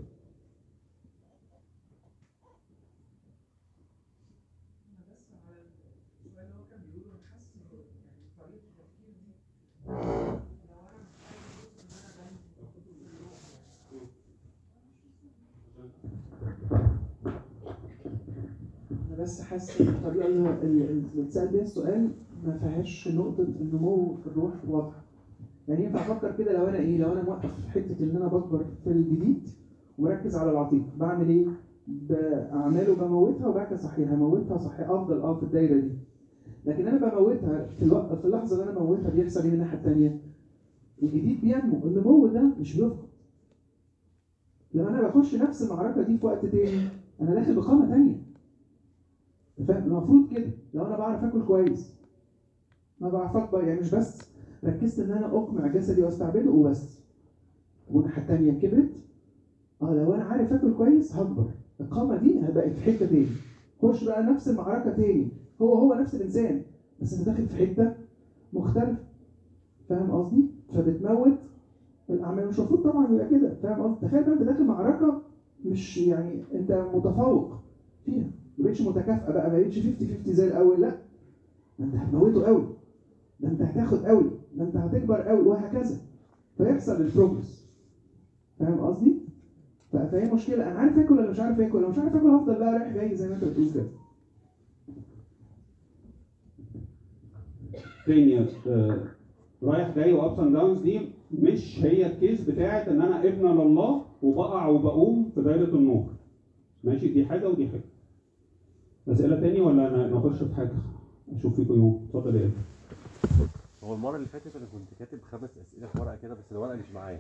انا بس حاسس ان الطريقه اللي اللي اتسال بيها السؤال ما فيهاش نقطه النمو في الروح واضحه. يعني ينفع افكر كده لو انا ايه لو انا موقف في حته ان انا بكبر في الجديد ومركز على العتيق بعمل ايه؟ باعماله بموتها وبعد كده صحيح هموتها صحيح افضل اه في الدايره دي. لكن انا بموتها في الوقت في اللحظه اللي انا بموتها بيحصل ايه من الناحيه الثانيه؟ الجديد بينمو. النمو ده مش بيفقد. لما انا بخش نفس المعركه دي في وقت تاني انا داخل بقامه ثانيه. فاهم؟ المفروض كده لو انا بعرف اكل كويس ما بعرف اكبر، يعني مش بس ركزت ان انا اقمع جسدي واستعبده وبس، والناحيه الثانيه كبرت. اه لو انا عارف اكل كويس هكبر، القامه دي هبقى في حته تاني. خش بقى نفس المعركه تاني، هو هو نفس الانسان بس انت داخل في حته مختلفه. فاهم قصدي؟ فبتموت الاعمال. مش المفروض طبعا يبقى كده. فاهم قصدي؟ تخيل بقى انت داخل معركه مش يعني انت متفوق فيها، ما بقتش متكافئه بقى، ما بقتش خمسين خمسين زي الاول، لا ده انت هتموته قوي، ده انت هتاخد قوي، ده انت هتكبر قوي، وهكذا. فيحصل البروجرس. فاهم قصدي؟ فهي مشكله، انا عارف اكل ولا مش عارف اكل. لو مش عارف اكل هفضل بقى رايح جاي زي ما انت بتقول كده. تاني آه، رايح جاي وابس اند داونز دي مش هي الكيس بتاعت ان انا ابن لله وبقع وبقوم في دايره النور. ماشي، دي حاجه ودي حاجه. اسئله تاني ولا انا نخش في حاجه؟ اشوف فيكم يوم. اتفضل يا ابني. هو المره اللي فاتت انا كنت كاتب خمس اسئله في ورقه كده، بس الورقه مش معايا.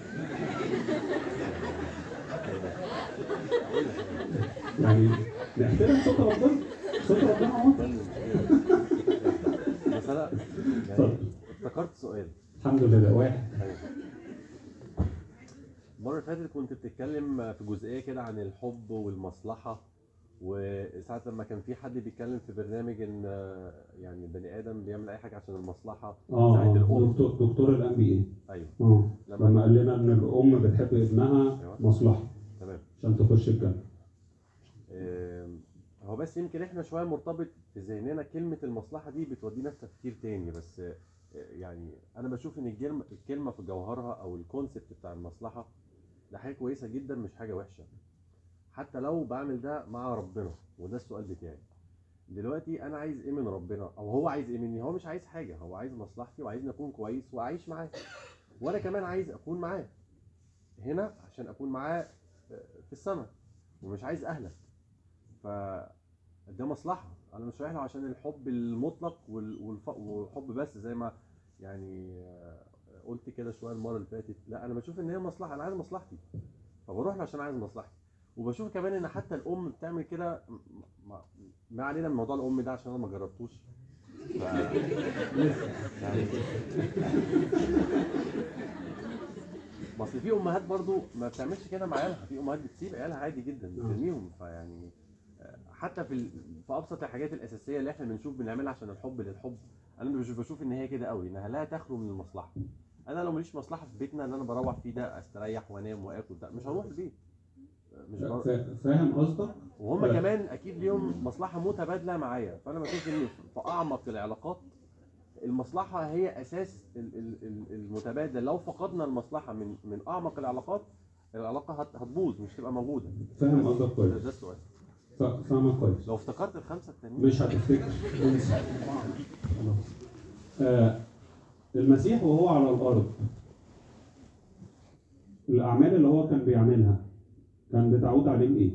يعني نحترم صوت ربنا. صوت ربنا اهو. ده المشكله. بس انا يعني افتكرت سؤال. الحمد لله. واحد. أيوة. المره اللي فاتت كنت بتتكلم في جزئيه كده عن الحب والمصلحه، وساعة لما كان في حد بيتكلم في برنامج ان يعني البني ادم بيعمل اي حاجه عشان المصلحه. اه ساعه الام. دكتور دكتور الام بي اي. ايوه. اه لما لما قال لنا ان الام بتحب ابنها أيوة. مصلحه تمام عشان تخش الجنه. آم، هو بس يمكن احنا شويه مرتبط في ذهننا كلمه المصلحه دي بتودينا في تفكير تاني، بس آه، يعني انا بشوف ان الكلمه الكلمه في جوهرها او الكونسبت بتاع المصلحه ده حاجه كويسه جدا، مش حاجه وحشه. حتى لو بعمل ده مع ربنا، وده السؤال بتاعي دلوقتي، انا عايز ايه من ربنا او هو عايز ايه مني؟ هو مش عايز حاجه، هو عايز مصلحتي وعايزني اكون كويس واعيش معاه، وانا كمان عايز اكون معاه هنا عشان اكون معاه في السماء، ومش عايز اهلك. ف ده مصلحه. انا مش رايح له عشان الحب المطلق وال- والف... والحب بس، زي ما يعني آه، قلت كده شويه المره اللي فاتت. لا، انا بشوف ان هي مصلحه، انا عايز مصلحتي فبروح له عشان عايز مصلحتي. وبشوف كمان ان حتى الام بتعمل كده. م- ما, ما علينا من موضوع الام ده عشان انا ما جربتوش. ف... يعني اصل في امهات برضو ما بتعملش كده مع عيالها، في امهات بتسيب عيالها عادي جدا بترميهم. فيعني حتى في ال... في ابسط الحاجات الاساسيه اللي احنا بنشوف بنعملها عشان الحب للحب، انا مش بشوف ان هي كده قوي، انها لا تخلو من المصلحه. انا لو ماليش مصلحه في بيتنا ان انا بروح فيه ده استريح وانام واكل، ده مش هروح البيت. مش بر... فا- فاهم قصدك؟ وهم ف- كمان اكيد ليهم مصلحه متبادله معايا. فانا بشوف ان في اعمق العلاقات المصلحه هي اساس ال- ال- ال- المتبادل. لو فقدنا المصلحه من من اعمق العلاقات، العلاقه هت- هتبوظ، مش تبقى موجوده. فاهم بس قصدك ده, كويس. ده السؤال. ف- فاهمك كويس. لو افتكرت الخمسه التانيين مش هتفتكر. انسى. خلاص. آه المسيح وهو على الارض، الاعمال اللي هو كان بيعملها كان بتعود عليه بايه؟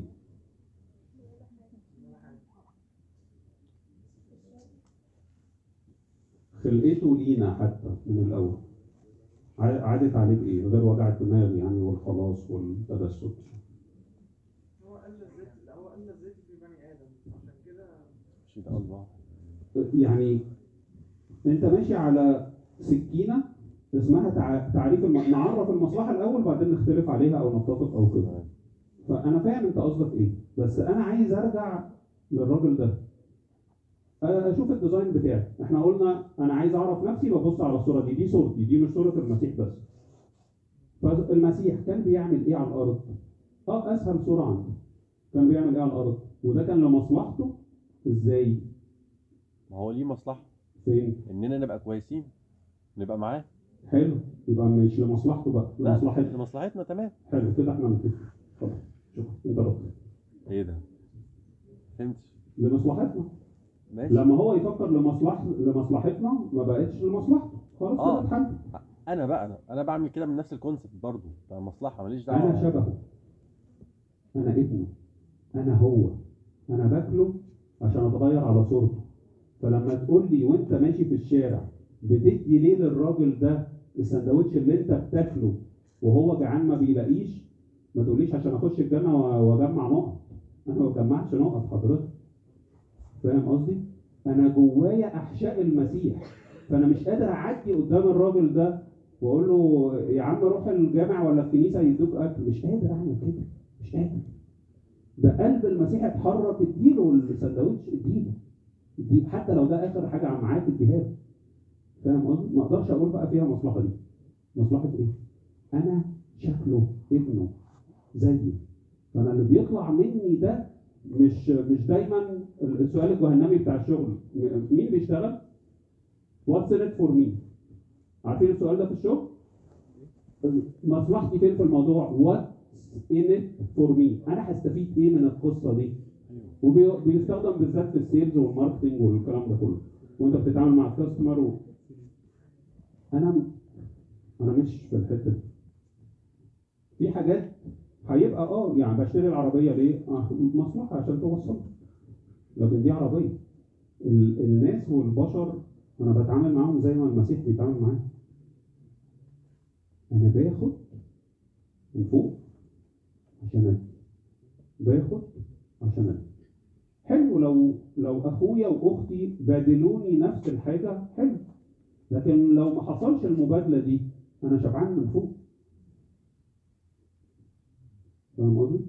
خلقته لينا حتى من الاول ع- عادت عليه بايه غير وجع الدماغ يعني والخلاص والتجسد؟ هو قال الذات هو قال الذات في بني ادم، عشان كده مش ده الله. يعني انت ماشي على سكينه اسمها تع- تعريف الم... نعرف المصلحه الاول بعدين نختلف عليها او نتفق او كده. فانا فاهم انت قصدك ايه، بس انا عايز ارجع للراجل ده اشوف الديزاين بتاعي. احنا قلنا انا عايز اعرف نفسي ببص على الصوره دي، دي صورتي، دي مش صوره المسيح بس. فالمسيح كان بيعمل ايه على الارض؟ اه اسهل صوره عنده كان بيعمل ايه على الارض، وده كان لمصلحته. ازاي؟ ما هو ليه مصلحه فين؟ اننا نبقى كويسين، نبقى معاه. حلو، يبقى مش لمصلحته بقى، لا، لمصلحتنا. لمصلحتنا. تمام. حلو كده احنا متفقين. خلاص شكرا انت رد. ايه ده؟ فهمتش. لمصلحتنا. ماشي. لما هو يفكر لمصلحة لمصلحتنا ما بقتش لمصلحته، خلاص آه. كده اتحل. انا بقى انا انا بعمل كده من نفس الكونسيبت برضو بتاع مصلحه، ماليش دعوه. انا شبهه، انا ابنه، انا هو، انا باكله عشان اتغير على صورته. فلما تقول لي وانت ماشي في الشارع بتدي ليه للراجل ده السندوتش اللي انت بتاكله وهو جعان ما بيلاقيش، ما تقوليش عشان اخش الجنه واجمع نقط. انا ما بجمعش نقط حضرتك، فاهم قصدي؟ انا جوايا احشاء المسيح، فانا مش قادر اعدي قدام الراجل ده واقول له يا عم روح الجامع ولا الكنيسه يدوك اكل، مش قادر اعمل كده، مش قادر. ده قلب المسيح اتحرك، اديله السندوتش، اديله اديله حتى لو ده اخر حاجه عم معاك اديها له، فاهم قصدي؟ ما اقدرش اقول بقى فيها مصلحه دي. مصلحه ايه؟ انا شكله ابنه زيه، فانا اللي بيطلع مني ده مش مش دايما السؤال الجهنمي بتاع الشغل، مين بيشتغل؟ واتس ان ات فور مين؟ عارفين السؤال ده في الشغل؟ مصلحتي فين في الموضوع؟ واتس ان ات فور مين؟ انا هستفيد ايه من القصه دي؟ وبيستخدم بالذات في السيلز والماركتنج والكلام ده كله، وانت بتتعامل مع الكاستمر و... انا انا مش في الحته دي. في حاجات هيبقى اه يعني بشتري العربيه ليه؟ آه مصلحه عشان توصل، لكن دي عربيه. ال... الناس والبشر انا بتعامل معاهم زي ما المسيح بيتعامل معاهم. انا باخد من فوق عشان ادي، باخد عشان ادي. حلو لو لو اخويا واختي بادلوني نفس الحاجه، حلو، لكن لو ما حصلش المبادله دي انا شبعان من فوق، فاهم قصدي؟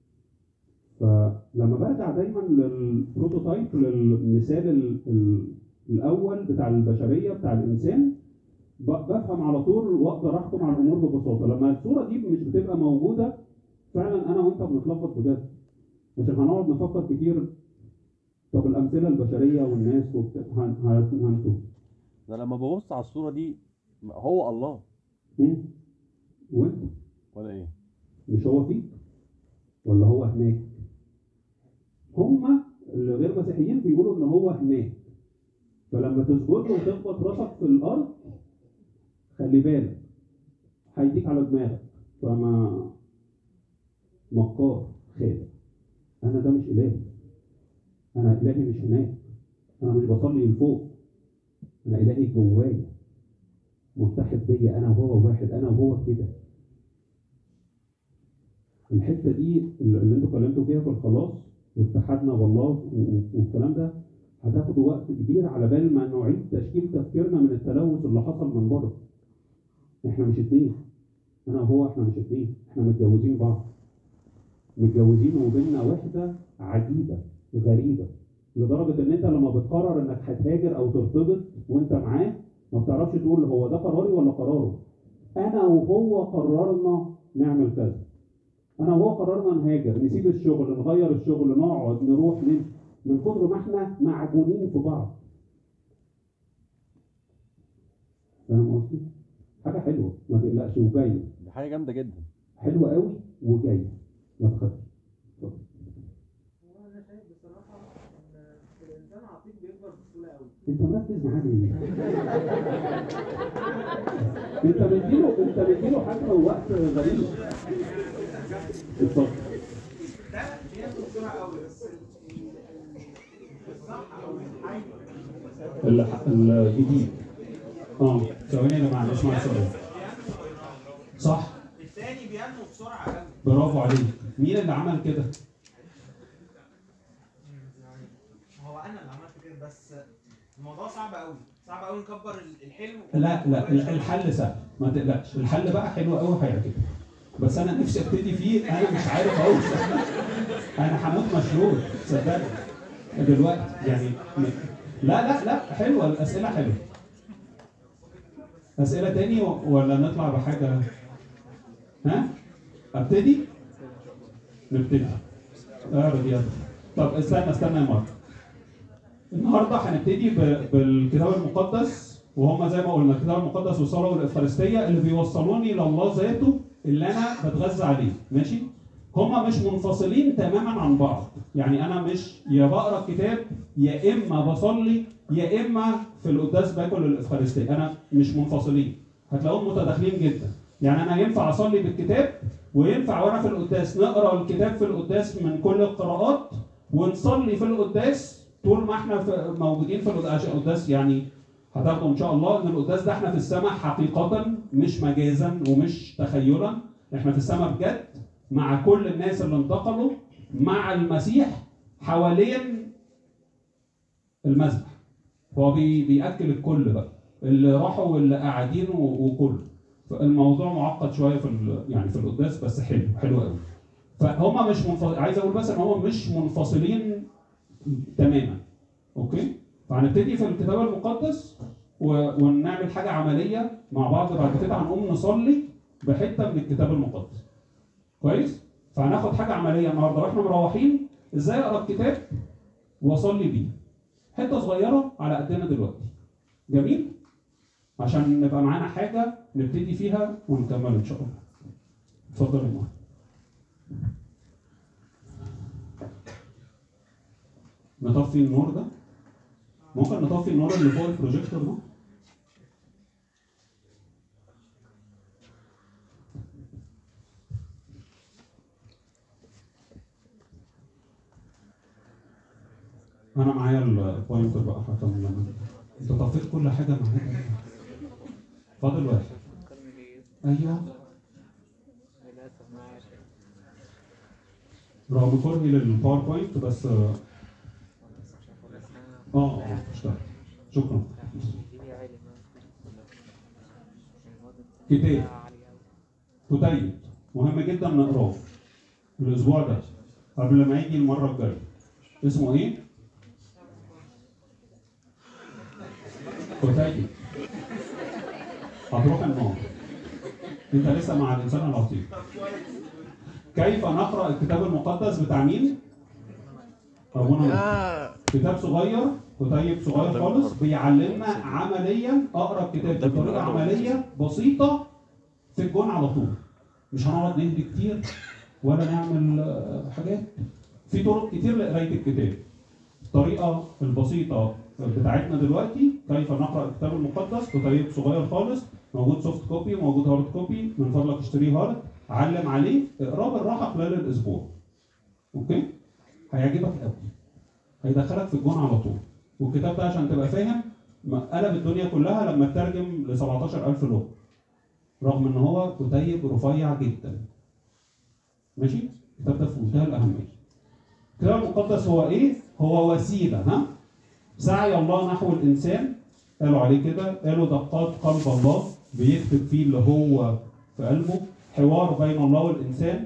فلما برجع دايما للبروتوتايب، للمثال ال ال الاول بتاع البشريه بتاع الانسان، بفهم على طول واقدر احكم على الامور ببساطه. لما الصوره دي مش بتبقى موجوده فعلا انا وانت بنتلخبط بجد، عشان هنقعد نفكر كتير طب الامثله البشريه والناس وبتاع هنتوه. انا لما ببص على الصوره دي هو الله وانت ولا ايه؟ مش هو فيك ولا هو هناك؟ هما اللي غير مسيحيين بيقولوا ان هو هناك، فلما تسجد له وتخبط راسك في الارض خلي بالك هيديك على دماغك، فما مكار خالق. انا ده مش الهي، انا الهي مش هناك، انا مش بصلي لفوق، انا الهي جوايا متحد بيا، انا وهو واحد، انا وهو كده. الحته دي اللي انتوا اتكلمتوا فيها في الخلاص واتحدنا بالله والكلام ده هتاخدوا وقت كبير على بال ما نعيد تشكيل تفكيرنا من التلوث اللي حصل من بره. احنا مش اتنين، انا وهو احنا مش اتنين، احنا متجوزين بعض، متجوزين وبيننا وحده عجيبه غريبه، لدرجه ان انت لما بتقرر انك هتهاجر او ترتبط وانت معاه ما بتعرفش تقول هو ده قراري ولا قراره. انا وهو قررنا نعمل كذا، انا وهو قررنا نهاجر، نسيب الشغل، نغير الشغل، نقعد، نروح، نمشي، من كتر ما احنا معجونين في بعض. فاهم قصدي؟ حاجه حلوه ما تقلقش وجايه. دي حاجه جامده جدا، حلوه قوي وجايه، ما تخافش. وانا شايف بصراحه ان الانسان عتيق بيكبر بسهوله قوي. انت مركز معاه ليه؟ انت مديله انت مديله حاجه وقت غريب. اتفضل. ده بياخد بسرعه قوي، بس الصح او الحي الجديد اه ثواني يا جماعه اسمع السؤال. صح، الثاني بينمو بسرعه قوي. برافو عليك. مين اللي عمل كده؟ هو انا اللي عملت كده، بس الموضوع صعب قوي، صعب قوي نكبر الحلو. لا لا الحل سهل، ما تقلقش، الحل بقى حلو قوي هيعجبك، بس انا نفسي ابتدي فيه، انا مش عارف اوصل، انا هموت مشلول صدقني دلوقتي يعني. لا لا لا حلوه الاسئله، حلوه. اسئله تاني ولا نطلع بحاجه؟ ها؟ ابتدي؟ نبتدي. اعرض يلا. طب استنى استنى يا مارك. النهارده هنبتدي بالكتاب المقدس، وهم زي ما قلنا الكتاب المقدس والصلاه والافخارستيه اللي بيوصلوني لله ذاته اللي انا بتغذى عليه، ماشي؟ هم مش منفصلين تماما عن بعض، يعني انا مش يا بقرا الكتاب يا اما بصلي يا اما في القداس باكل الافخارستيه، انا مش منفصلين، هتلاقوهم متداخلين جدا. يعني انا ينفع اصلي بالكتاب وينفع وانا في القداس نقرا الكتاب في القداس من كل القراءات ونصلي في القداس طول ما احنا في موجودين في القداس، يعني هتاخدوا ان شاء الله ان القداس ده احنا في السماء حقيقة مش مجازا ومش تخيلا، احنا في السماء بجد مع كل الناس اللي انتقلوا مع المسيح حوالين المذبح. هو بي بيأكل الكل بقى، اللي راحوا واللي قاعدين وكله. الموضوع معقد شويه في يعني في القداس، بس حلو حلو قوي. فهم مش منفصل، عايز اقول بس ان هم مش منفصلين تماما. اوكي؟ فهنبتدي في الكتاب المقدس و... ونعمل حاجه عمليه مع بعض، بعد كده هنقوم نصلي بحته من الكتاب المقدس. كويس؟ فهناخد حاجه عمليه النهارده واحنا مروحين، ازاي اقرا الكتاب واصلي بيه. حته صغيره على قدنا دلوقتي. جميل؟ عشان نبقى معانا حاجه نبتدي فيها ونكمل ان شاء الله. اتفضل يا مهندس. نطفي النور ده؟ ممكن نطفي النور اللي فوق البروجيكتور ده؟ انا معايا البوينتر بقى هكمل انا. انت طفيت كل حاجه معايا. فاضل واحد. ايوه. رغم كرهي للباوربوينت بس اه اه اشتغل. شكرا. كتاب كتيب مهم جدا نقراه الاسبوع ده قبل ما يجي المره الجايه. اسمه ايه؟ كتيب. هتروح النار. انت لسه مع الانسان اللطيف. كيف نقرا الكتاب المقدس بتاع مين؟ ابونا. كتاب صغير، كتيب صغير خالص بيعلمنا عمليا اقرا الكتاب بطريقه عمليه بسيطه في الجون على طول. مش هنقعد نهدي كتير ولا نعمل حاجات. في طرق كتير لقرايه الكتاب. الطريقه البسيطه بتاعتنا دلوقتي كيف نقرا الكتاب المقدس، كتيب صغير خالص، موجود سوفت كوبي وموجود هارد كوبي، من فضلك اشتريه هارد، علم عليه، اقراه بالراحه خلال الاسبوع. اوكي؟ هيعجبك قوي. هيدخلك في الجون على طول. والكتاب ده عشان تبقى فاهم قلب الدنيا كلها لما اترجم ل سبعتاشر ألف لغه. رغم ان هو كتيب رفيع جدا. ماشي؟ الكتاب ده في منتهى الاهميه. الكتاب المقدس هو ايه؟ هو وسيله، ها؟ سعي الله نحو الانسان، قالوا عليه كده، قالوا دقات قلب الله بيكتب فيه اللي هو في قلبه، حوار بين الله والانسان.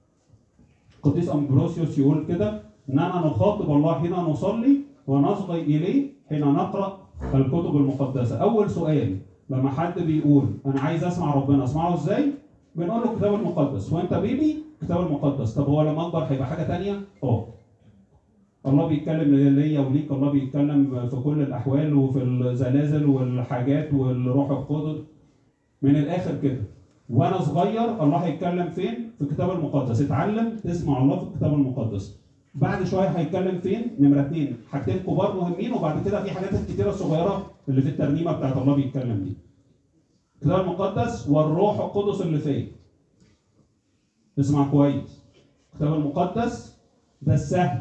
قديس امبروسيوس يقول كده اننا نخاطب الله حين نصلي ونصغي اليه حين نقرا الكتب المقدسه. اول سؤال لما حد بيقول انا عايز اسمع ربنا، اسمعه ازاي؟ بنقول له الكتاب المقدس. وانت بيبي الكتاب المقدس. طب هو لما اكبر هيبقى حاجه ثانيه؟ اه. الله بيتكلم ليا وليك، الله بيتكلم في كل الاحوال وفي الزلازل والحاجات والروح القدس. من الاخر كده وانا صغير الله هيتكلم فين؟ في الكتاب المقدس. اتعلم تسمع الله في الكتاب المقدس. بعد شويه هيتكلم فين؟ نمره اثنين، حاجتين كبار مهمين، وبعد كده في حاجات كتيره صغيره اللي في الترنيمه بتاعت الله بيتكلم دي. الكتاب المقدس والروح القدس اللي فيه. اسمع كويس. الكتاب المقدس ده السهل.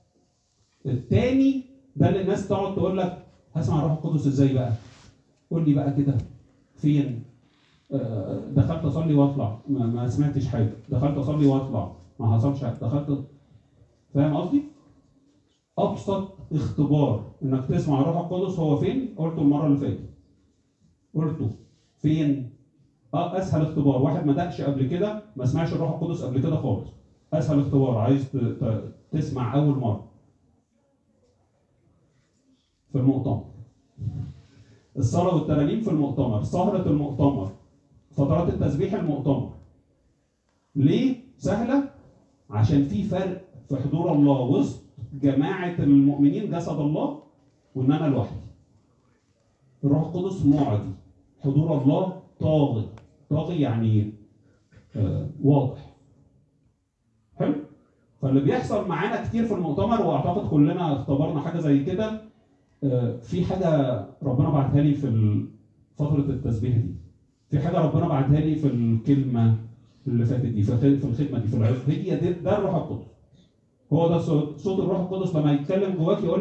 الثاني ده اللي الناس تقعد تقول لك هسمع الروح القدس ازاي بقى؟ قول لي بقى كده فين؟ آه دخلت اصلي واطلع ما, ما سمعتش حاجه، دخلت اصلي واطلع ما حصلش حاجه، دخلت. فاهم قصدي؟ ابسط اختبار انك تسمع الروح القدس هو فين؟ قلته المره اللي فاتت. قلته فين؟ اه اسهل اختبار، واحد ما دقش قبل كده، ما سمعش الروح القدس قبل كده خالص. اسهل اختبار عايز تسمع اول مره في المؤتمر. الصلاه والترانيم في المؤتمر، سهره المؤتمر، فترات التسبيح المؤتمر. ليه سهله؟ عشان في فرق في حضور الله وسط جماعه المؤمنين جسد الله وان انا لوحدي. الروح القدس معدي، حضور الله طاغي. طاغي يعني آه واضح. حلو؟ فاللي بيحصل معانا كتير في المؤتمر، واعتقد كلنا اختبرنا حاجه زي كده، آه في حاجه ربنا بعتها لي في فتره التسبيح دي. في حاجه ربنا بعتها لي في الكلمه اللي فاتت دي، في الخدمه دي، في العظه. هي ده, ده الروح القدس. هو ده صوت, صوت الروح القدس لما يتكلم جواك يقول لك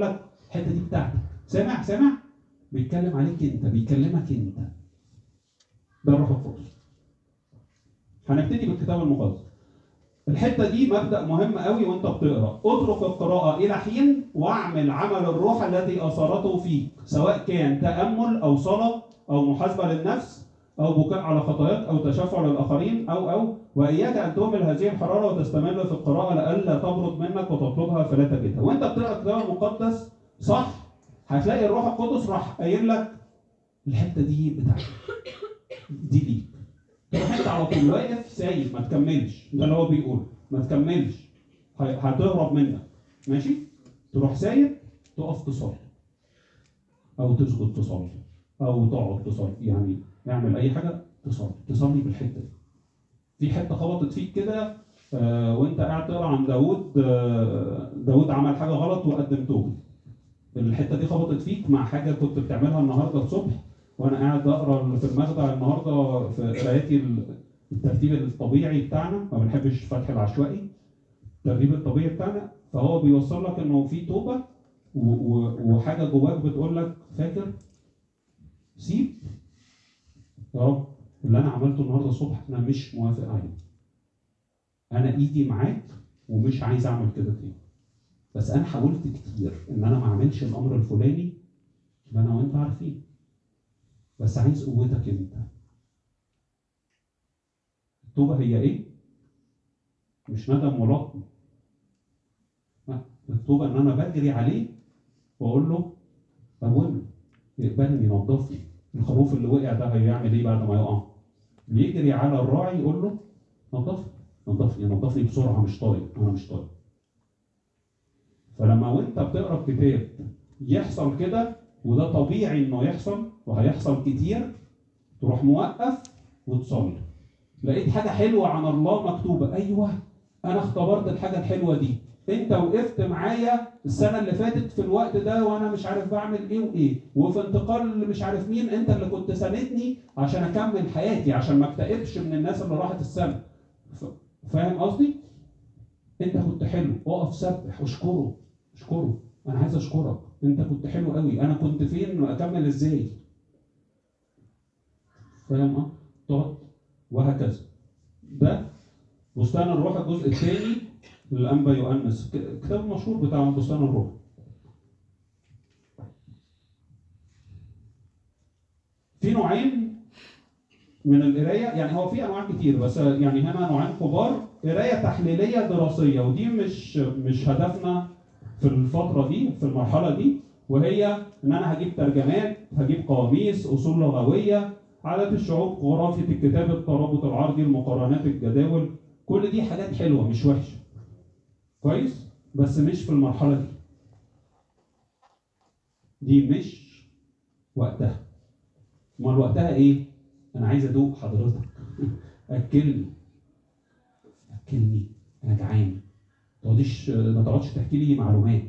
الحته دي بتاعتك. سامع سامع؟ بيتكلم عليك انت، بيكلمك انت. ده الروح القدس. هنبتدي بالكتاب المقدس. الحته دي مبدا مهم قوي وانت بتقرا. اترك القراءه الى حين واعمل عمل الروح الذي اثارته فيك، سواء كان تامل او صلاه او محاسبه للنفس او بكاء على خطاياك او تشفع للاخرين او او واياك ان تهمل هذه الحراره وتستمر في القراءه لئلا تبرد منك وتطلبها فلا تجدها. وانت بتقرا الكتاب المقدس صح، هتلاقي الروح القدس راح قايل لك الحته دي بتاعتك، دي ليك. تروح انت على طول واقف سايب، ما تكملش. ده اللي هو بيقول ما تكملش، هتهرب منك. ماشي؟ تروح سايب، تقف تصلي او تسجد تصلي او تقعد تصلي، يعني اعمل اي حاجه تصلي، تصلي بالحته دي. في حته خبطت فيك كده آه وانت قاعد تقرا عن داوود، آه داوود عمل حاجه غلط وقدم توبه. الحته دي خبطت فيك مع حاجه كنت بتعملها النهارده الصبح، وانا قاعد اقرا في المخدع النهارده في قرايتي الترتيب الطبيعي بتاعنا، ما بنحبش فتح العشوائي، الترتيب الطبيعي بتاعنا. فهو بيوصل لك انه في توبه وحاجه جواك بتقول لك فاكر، سيب يا رب اللي انا عملته النهارده الصبح انا مش موافق عليه، انا ايدي معاك ومش عايز اعمل كده تاني، بس انا حاولت كتير ان انا ما اعملش الامر الفلاني اللي انا وانت عارفين، بس عايز قوتك انت. التوبه هي ايه؟ مش ندم ولطم. التوبه ان انا بجري عليه واقول له قومني، يقبلني، ينظفني. الخروف اللي وقع ده هيعمل ايه بعد ما يقع؟ بيجري على الراعي يقول له نظفني نظفني نظفني بسرعه، مش طايق، انا مش طايق. فلما وانت بتقرا الكتاب يحصل كده، وده طبيعي انه يحصل وهيحصل كتير، تروح موقف وتصلي. لقيت حاجه حلوه عن الله مكتوبه، ايوه انا اختبرت الحاجه الحلوه دي، انت وقفت معايا السنه اللي فاتت في الوقت ده وانا مش عارف بعمل ايه وايه، وفي انتقال مش عارف مين انت اللي كنت ساندني عشان اكمل حياتي، عشان ما اكتئبش من الناس اللي راحت السما. فاهم قصدي؟ انت كنت حلو، اقف سبح، اشكره اشكره، انا عايز اشكرك، انت كنت حلو قوي، انا كنت فين واكمل ازاي. فاهم اه؟ تقعد وهكذا. ده بستان الروح الجزء الثاني للانبا يؤنس، الكتاب المشهور بتاع بستان الروح. في نوعين من القرايه، يعني هو في انواع كتير بس يعني هنا نوعين كبار. قرايه تحليليه دراسيه، ودي مش مش هدفنا في الفتره دي في المرحله دي، وهي ان انا هجيب ترجمات، هجيب قواميس، اصول لغويه، عادات الشعوب، جغرافيه الكتاب، الترابط العرضي، المقارنات، الجداول، كل دي حاجات حلوه مش وحشه. كويس؟ بس مش في المرحله دي. دي مش وقتها. امال وقتها ايه؟ انا عايز ادوق حضرتك. اكلني اكلني انا جعان. ما تقعديش ما تقعدش تحكي لي معلومات.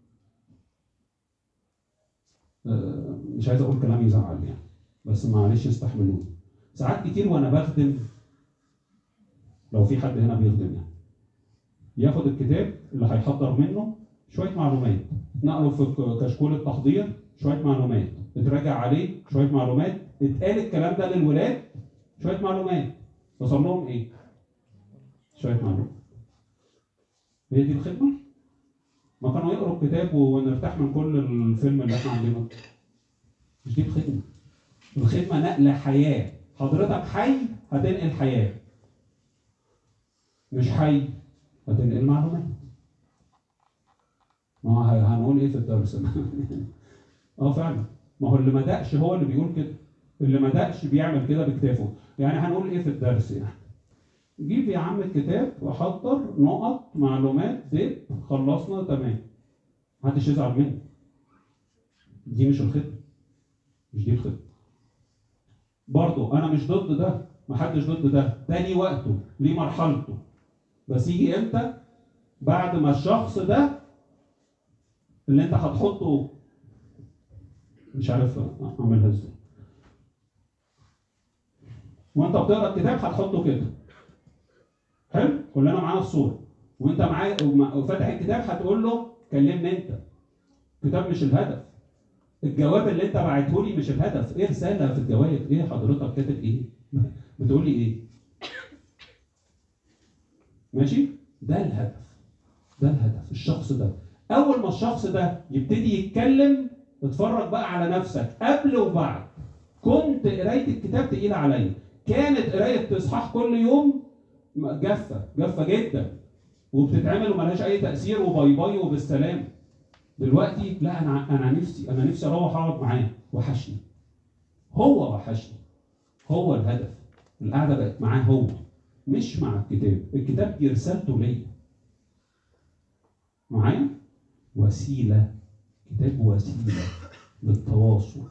مش عايز اقول كلام يزعل يعني، بس معلش استحملوني. ساعات كتير وانا بخدم، لو في حد هنا بيخدم يعني، ياخد الكتاب اللي هيحضر منه شويه معلومات، نقله في كشكول التحضير شويه معلومات، اتراجع عليه شويه معلومات، اتقال الكلام ده للولاد شويه معلومات، وصل لهم ايه؟ شويه معلومات. هي دي الخدمه؟ ما كانوا يقروا الكتاب ونرتاح من كل الفيلم اللي احنا عاملينه. مش دي الخدمه. الخدمه نقل حياه. حضرتك حي هتنقل حياه، مش حي هتنقل معلومات. ما هو هنقول ايه في الدرس؟ اه فعلا، ما هو اللي ما دقش هو اللي بيقول كده، اللي ما دقش بيعمل كده بكتافه. يعني هنقول ايه في الدرس يعني؟ جيب يا عم الكتاب وحضر نقط معلومات، دب خلصنا تمام، محدش يزعل مني. دي مش الخدمه، مش دي الخدمه. برضه انا مش ضد ده، محدش ضد ده، ده ليه وقته، ليه مرحلته، بس يجي امتى؟ بعد ما الشخص ده اللي انت هتحطه، مش عارف اعملها ازاي، وانت بتقرا الكتاب هتحطه كده حلو، كلنا معانا الصوره، وانت معايا وفاتح الكتاب هتقول له كلمني انت، الكتاب مش الهدف. الجواب اللي انت باعته لي مش الهدف. ايه رساله في الجواب؟ ايه حضرتك كاتب ايه؟ بتقول لي ايه؟ ماشي؟ ده الهدف. ده الهدف. الشخص ده اول ما الشخص ده يبتدي يتكلم، اتفرج بقى على نفسك قبل وبعد. كنت قرايه الكتاب تقيله عليا، كانت قرايه اصحاح كل يوم جافه جافه جدا وبتتعمل وملهاش اي تاثير وباي باي وبالسلام. دلوقتي لا، انا انا نفسي انا نفسي اروح اقعد معاه، وحشني. هو وحشني. هو الهدف. القعده بقت معاه هو، مش مع الكتاب. الكتاب دي رسالته ليا. معايا؟ وسيله. كتاب وسيله للتواصل.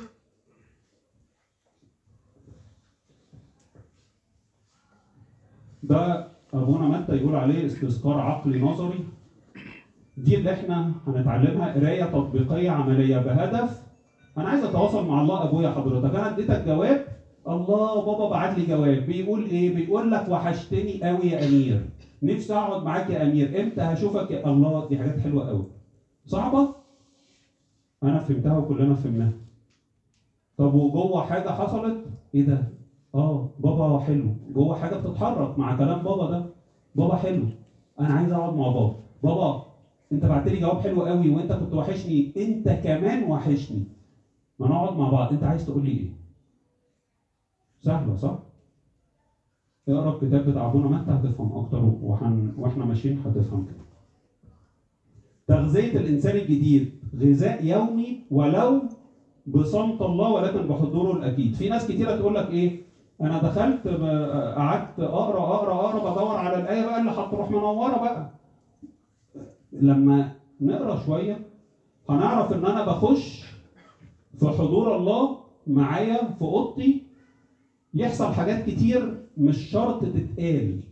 ده ابونا متى يقول عليه استذكار عقلي نظري. دي اللي احنا هنتعلمها، قرايه تطبيقيه عمليه بهدف انا عايز اتواصل مع الله. ابويا حضرتك انا اديتك جواب، الله بابا بعت لي جواب بيقول ايه؟ بيقول لك وحشتني قوي يا امير، نفسي اقعد معاك يا امير، امتى هشوفك يا الله. دي حاجات حلوه قوي. صعبه؟ انا فهمتها وكلنا فهمناها. طب وجوه حاجه حصلت؟ ايه ده؟ اه بابا حلو. جوه حاجه بتتحرك مع كلام بابا ده. بابا حلو، انا عايز اقعد مع بابا. بابا انت بعت لي جواب حلو قوي وانت كنت وحشني، انت كمان وحشني، ما نقعد مع بعض. انت عايز تقول لي ايه؟ سهله صح؟ اقرا الكتاب بتاع ابونا متى هتفهم اكتر، وحن... واحنا ماشيين هتفهم كده. تغذيه الانسان الجديد غذاء يومي ولو بصمت الله ولكن بحضوره الاكيد. في ناس كتيره تقول لك ايه؟ انا دخلت قعدت اقرا اقرا اقرا بدور على الايه بقى اللي هتروح منوره بقى. لما نقرا شويه هنعرف ان انا بخش في حضور الله معايا في اوضتي، يحصل حاجات كتير مش شرط تتقال.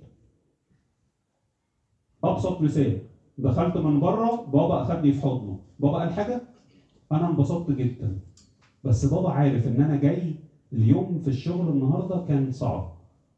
ابسط مثال، دخلت من بره بابا اخدني في حضنه، بابا قال حاجه انا انبسطت جدا، بس بابا عارف ان انا جاي اليوم في الشغل النهارده كان صعب،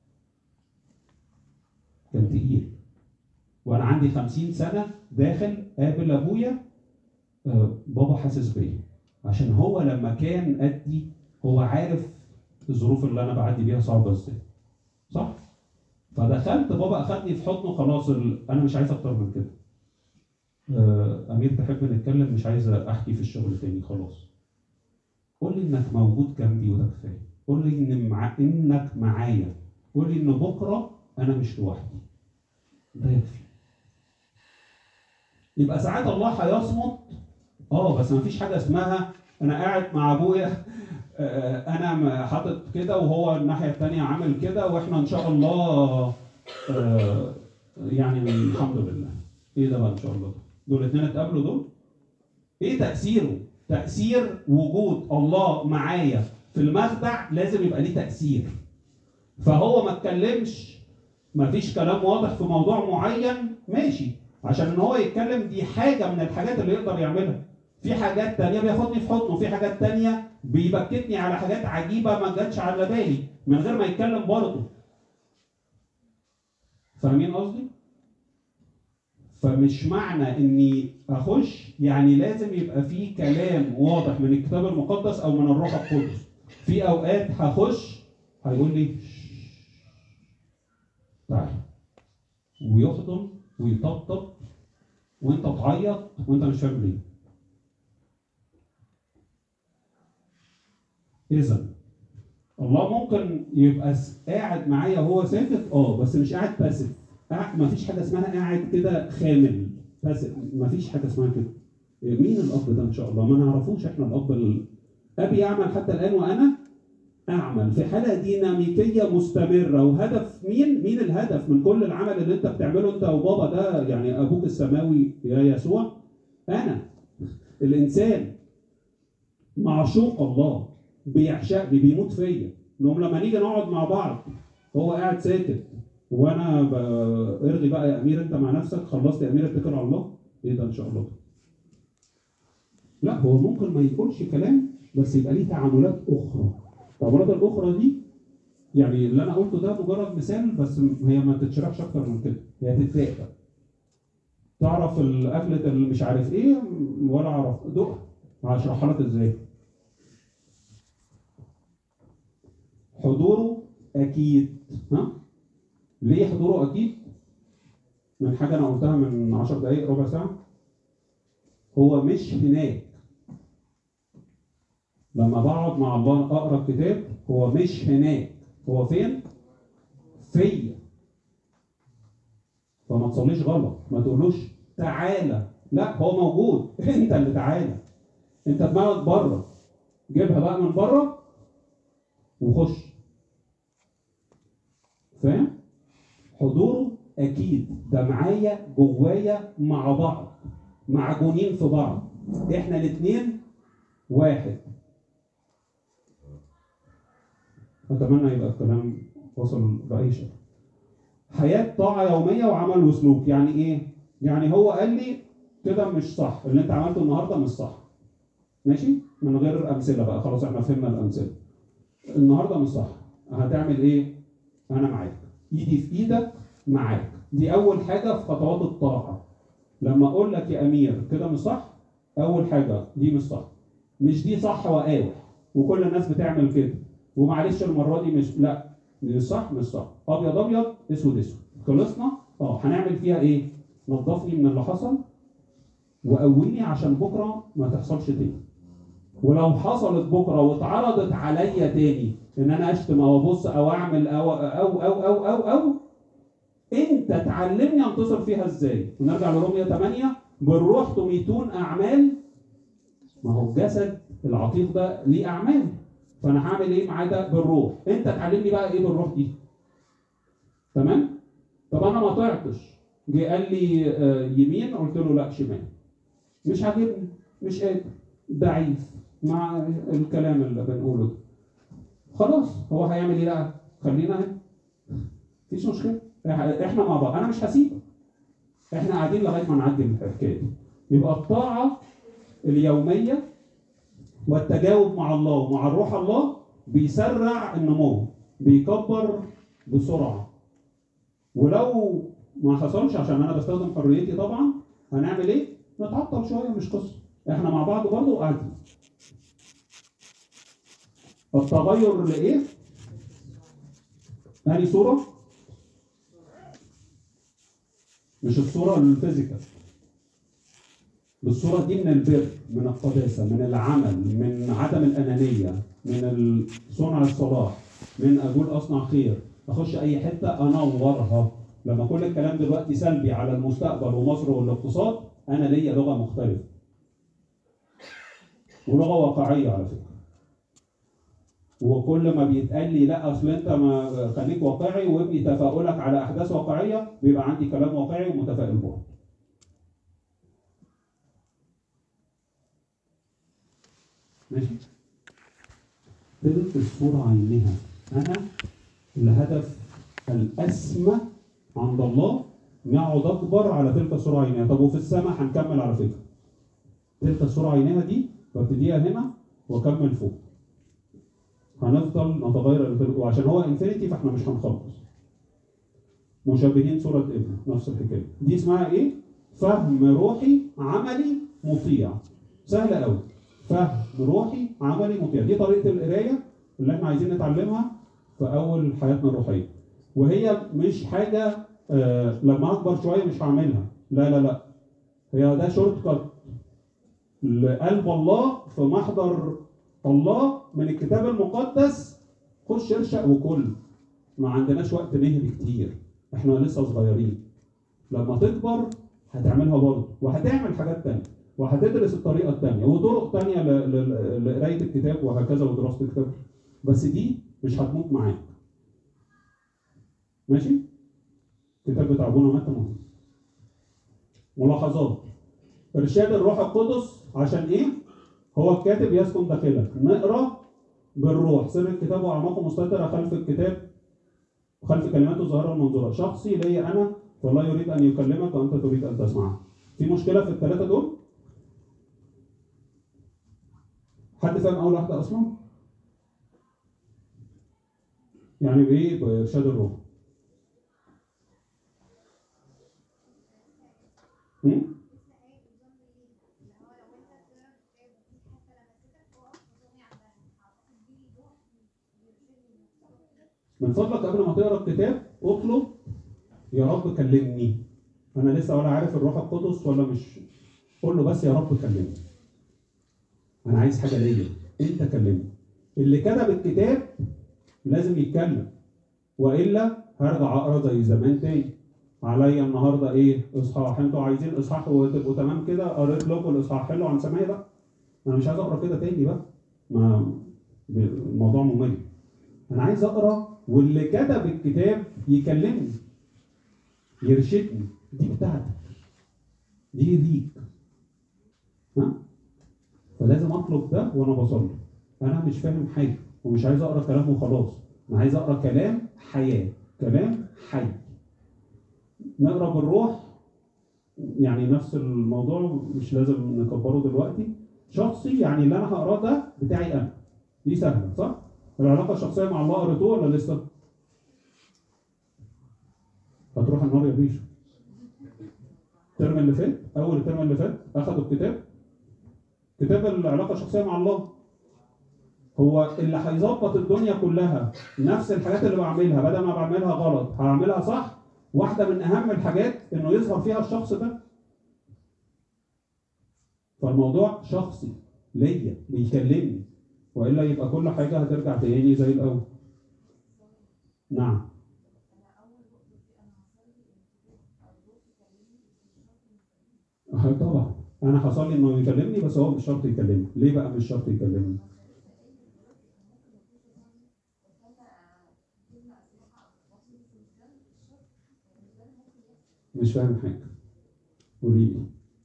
كان تقيل، وانا عندي خمسين سنه داخل قابل ابويا. آه بابا حاسس بيا، عشان هو لما كان قدي هو عارف الظروف اللي انا بعدي بيها صعبه ازاي. صح؟ فدخلت بابا اخدني في حضنه، خلاص ال... انا مش عايز اكتر من كده. آه امير تحب نتكلم؟ مش عايز احكي في الشغل تاني خلاص. قول لي انك موجود جنبي وده كفايه. قول لي ان مع... انك معايا. قول لي ان بكره انا مش لوحدي. ده يكفي. يبقى ساعات الله هيصمت. اه بس ما فيش حاجه اسمها انا قاعد مع ابويا انا حاطط كده وهو الناحيه الثانيه عامل كده واحنا ان شاء الله يعني الحمد لله. ايه ده بقى ان شاء الله؟ دول الاثنين اتقابلوا دول؟ ايه تاثيره؟ تاثير وجود الله معايا في المخدع لازم يبقى ليه تاثير. فهو ما اتكلمش، ما فيش كلام واضح في موضوع معين، ماشي، عشان ان هو يتكلم دي حاجه من الحاجات اللي يقدر يعملها. في حاجات تانية بياخدني في حضنه، في حاجات تانية بيبكتني على حاجات عجيبه ما جاتش على بالي من غير ما يتكلم برضه. فاهمين قصدي؟ فمش معنى اني اخش يعني لازم يبقى في كلام واضح من الكتاب المقدس او من الروح القدس. في اوقات هخش هيقول لي تعال، ويحضن ويطبطب وانت تعيط وانت مش فاهم ليه. اذا الله ممكن يبقى قاعد معايا وهو ساكت، اه بس مش قاعد باسف. ما فيش حاجه اسمها قاعد كده خامل باسف، ما فيش حاجه اسمها كده. مين الاب ده ان شاء الله؟ ما نعرفوش احنا الاب. ال... ابي يعمل حتى الان وانا اعمل، في حاله ديناميكيه مستمره. وهدف مين؟ مين الهدف من كل العمل اللي انت بتعمله انت وبابا ده؟ يعني ابوك السماوي يا يسوع. انا الانسان معشوق الله، بيعشقني، بيموت فيا. انهم لما نيجي نقعد مع بعض هو قاعد ساكت وانا ب... ارغي بقى يا امير انت مع نفسك، خلصت يا امير اتكل على الله. ايه ده ان شاء الله؟ لا هو ممكن ما يقولش كلام بس يبقى ليه تعاملات اخرى. التعاملات الاخرى دي يعني اللي انا قلته ده مجرد مثال بس، هي ما تتشرحش اكتر من كده، هي تتفاق. تعرف الاكله اللي مش عارف ايه ولا اعرف دوق، هشرحها لك ازاي. حضوره اكيد. ها ليه حضوره اكيد؟ من حاجه انا قلتها من عشر دقائق ربع ساعه، هو مش هناك. لما بقعد مع الله اقرا الكتاب هو مش هناك، هو فين؟ فيا. فما تصليش غلط، ما تقولوش تعالى، لا هو موجود انت اللي تعالى. انت دماغك بره، جيبها بقى من بره وخش. فاهم؟ حضوره اكيد، ده معايا جوايا مع بعض، معجونين في بعض، احنا الاثنين واحد. اتمنى يبقى الكلام وصل باي شيء. حياه طاعه يوميه وعمل وسلوك، يعني ايه؟ يعني هو قال لي كده مش صح، اللي انت عملته النهارده مش صح. ماشي؟ من غير امثله بقى، خلاص احنا فهمنا الامثله. النهارده مش صح، هتعمل ايه؟ انا معاك، ايدي في ايدك معاك. دي اول حاجه في خطوات الطاعه. لما اقول لك يا امير كده مش صح، اول حاجه دي مش صح، مش دي صح وقاوح وكل الناس بتعمل كده ومعلش المره دي مش، لا دي صح مش صح، ابيض ابيض اسود اسود، خلصنا. اه هنعمل فيها ايه؟ نظفني من اللي حصل وقويني عشان بكره ما تحصلش تاني. ولو حصلت بكره واتعرضت عليا تاني ان انا اشتم او ابص او اعمل او او او او او, أو انت تعلمني انتصر فيها ازاي. ونرجع لرومية ثمانية، بالروح تميتون اعمال. ما هو الجسد العتيق ده ليه اعمال، فانا هعمل ايه معاه ده؟ بالروح. انت تعلمني بقى ايه بالروح دي. تمام؟ طب انا ما طلعتش، جه قال لي آه يمين، قلت له لا شمال، مش عاجبني، مش قادر، ضعيف مع الكلام اللي بنقوله ده. خلاص هو هيعمل ايه بقى؟ خلينا هنا، مفيش مشكله، احنا مع بعض، انا مش هسيبك، احنا قاعدين لغايه ما نعدي الحكايه دي. يبقى الطاعه اليوميه والتجاوب مع الله ومع الروح الله بيسرع النمو، بيكبر بسرعه. ولو ما حصلش، عشان انا بستخدم حريتي طبعا، هنعمل ايه؟ نتعطل شويه، مش قصه، احنا مع بعض برضه وقاعدين. التغير لايه؟ هذه صوره، مش الصوره الفيزيكال، الصوره دي من البر، من القداسه، من العمل، من عدم الانانيه، من صنع الصلاح، من اقول اصنع خير، اخش اي حته انورها. لما كل الكلام دلوقتي سلبي على المستقبل ومصر والاقتصاد، انا ليا لغه مختلفه ولغه واقعيه على فكره. وكل ما بيتقال لي لا اصل انت ما خليك واقعي وابني تفاؤلك على احداث واقعيه، بيبقى عندي كلام واقعي ومتفائل برضه. ماشي؟ تلك الصورة عينها، أنا الهدف الأسمى عند الله نقعد أكبر على تلك الصورة عينها. طب وفي السماء هنكمل على فكرة. تلك الصورة عينها دي ببتديها هنا وأكمل فوق. هنفضل نتغير الفرق، وعشان هو انفينيتي فاحنا مش هنخلص. مشابهين صورة ابنه، نفس الحكاية. دي اسمها ايه؟ فهم روحي عملي مطيع. سهلة قوي. فهم روحي عملي مطيع، دي طريقة القراية اللي احنا عايزين نتعلمها في أول حياتنا الروحية. وهي مش حاجة آه لما أكبر شوية مش هعملها، لا لا لا. هي ده شورت كات لقلب الله في محضر الله من الكتاب المقدس. خش ارشق وكل، ما عندناش وقت نهري كتير، احنا لسه صغيرين. لما تكبر هتعملها برضه، وهتعمل حاجات تانية، وهتدرس الطريقة التانية وطرق تانية لقراية الكتاب وهكذا ودراسة الكتاب. بس دي مش هتموت معاك. ماشي؟ الكتاب بتاع ابونا متى مهم. ملاحظات. إرشاد الروح القدس عشان إيه؟ هو الكاتب يسكن داخلك، نقرا بالروح، سر الكتاب واعماقه مستتره خلف الكتاب، خلف كلماته الظاهره والمنظوره. شخصي ليا انا، والله يريد ان يكلمك وانت تريد ان تسمعه. في مشكله في الثلاثه دول؟ حد فاهم اول واحده اصلا؟ يعني بايه بارشاد الروح؟ هم؟ من فضلك قبل ما تقرا الكتاب اطلب يا رب كلمني. انا لسه ولا عارف الروح القدس ولا مش، قول له بس يا رب كلمني. انا عايز حاجه ليا، انت كلمني. اللي كتب الكتاب لازم يتكلم، والا هرجع اقرا زي زمان تاني. عليا النهارده ايه؟ اصحاح. انتوا عايزين اصحاح وتبقوا تمام كده، قريت لكم الاصحاح حلو عن سماعي بقى. انا مش عايز اقرا كده تاني بقى، ما الموضوع ممل. انا عايز اقرا واللي كتب الكتاب يكلمني يرشدني. دي بتاعتك، دي ليك. ها؟ فلازم اطلب ده وانا بصلي. انا مش فاهم حاجه ومش عايز اقرا كلام وخلاص، انا عايز اقرا كلام حياه، كلام حي. نقرا بالروح يعني نفس الموضوع، مش لازم نكبره دلوقتي. شخصي يعني اللي انا هقراه ده بتاعي انا، دي سهله صح؟ العلاقه الشخصيه مع الله قريتوه ولا لسه؟ هتروح النار يا بيشو. الترم اللي فات، اول الترم اللي فات اخدوا الكتاب، كتاب العلاقه الشخصيه مع الله. هو اللي هيظبط الدنيا كلها نفس الحاجات اللي بعملها، بدل ما بعملها غلط هعملها صح. واحده من اهم الحاجات انه يظهر فيها الشخص ده. فالموضوع شخصي ليا، بيكلمني، والا يبقى كل حاجه هترجع تاني زي الاول. نعم. آه طبعا انا هصلي انه يكلمني، بس هو مش شرط يكلمني. ليه بقى مش شرط يكلمني؟ مش فاهم حاجه، قولي لي.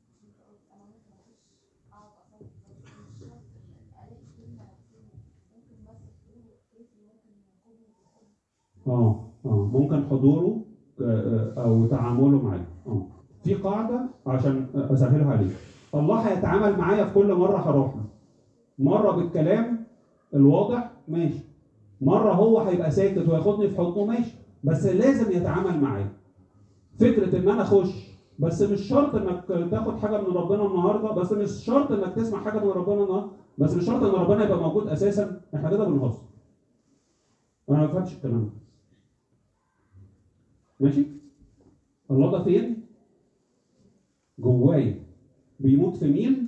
اه اه ممكن حضوره او تعامله معايا. اه في قاعده عشان اسهلها عليك. الله هيتعامل معايا في كل مره هروح له. مره بالكلام الواضح ماشي، مره هو هيبقى ساكت وياخدني في حضنه ماشي، بس لازم يتعامل معايا. فكره ان انا اخش، بس مش شرط انك تاخد حاجه من ربنا النهارده، بس مش شرط انك تسمع حاجه من ربنا النهارده، بس مش شرط ان ربنا يبقى موجود اساسا. احنا كده بنهزر. انا ما بفهمش الكلام ده. ماشي؟ الله ده فين؟ جوايا. بيموت في مين؟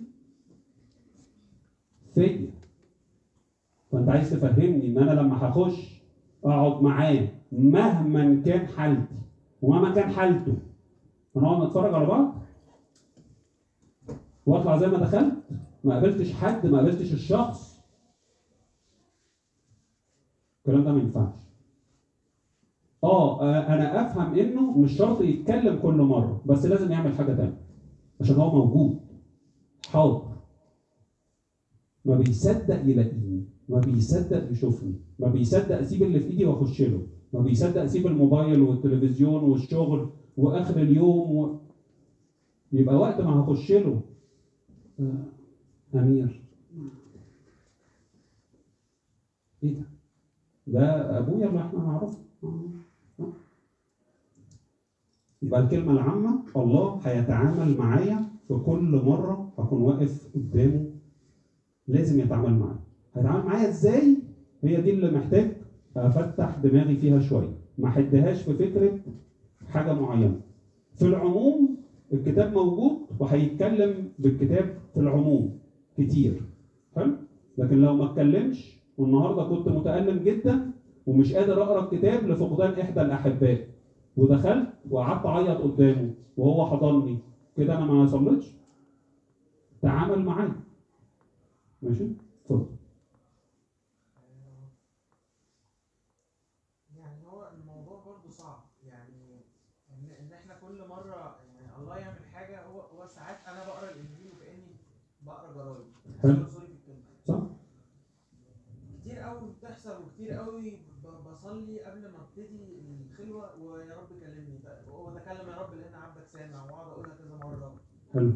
فيا. فانت عايز تفهمني ان انا لما هخش اقعد معاه مهما كان حالتي ومهما كان حالته، هنقعد نتفرج على بعض واطلع زي ما دخلت؟ ما قابلتش حد، ما قابلتش الشخص. الكلام ده ما ينفعش. اه انا افهم انه مش شرط يتكلم كل مره، بس لازم يعمل حاجه تانية عشان هو موجود حاضر. ما بيصدق يلاقيني، ما بيصدق يشوفني، ما بيصدق اسيب اللي في ايدي واخش له، ما بيصدق اسيب الموبايل والتلفزيون والشغل واخر اليوم و... يبقى وقت ما هخش له آه. امير ايه ده؟ ده ابويا اللي احنا نعرفه. يبقى الكلمه العامه الله هيتعامل معايا في كل مره هكون واقف قدامه. لازم يتعامل معايا. هيتعامل معايا ازاي؟ هي دي اللي محتاج افتح دماغي فيها شويه، ما احدهاش في فكره حاجه معينه. في العموم الكتاب موجود وهيتكلم بالكتاب في العموم كتير. حلو؟ لكن لو ما اتكلمش، والنهارده كنت متألم جدا ومش قادر اقرا الكتاب لفقدان احدى الاحباء، ودخلت وقعدت اعيط قدامه وهو حضني، كده انا ما صليتش. تعامل معايا. ماشي؟ اتفضل. يعني هو الموضوع برضو صعب، يعني ان ان احنا كل مره يعني الله يعمل حاجه. هو هو ساعات انا بقرا الانجيل وكاني بقرا جرايد. حلو. سوري في الكلمه. صح؟ كتير قوي بتحصل، وكتير قوي ب- بصلي قبل ما ابتدي الخلوه ويا رب كلمني، واتكلم يا رب لان عبدك سامع، واقعد اقولها كذا مره. حلو.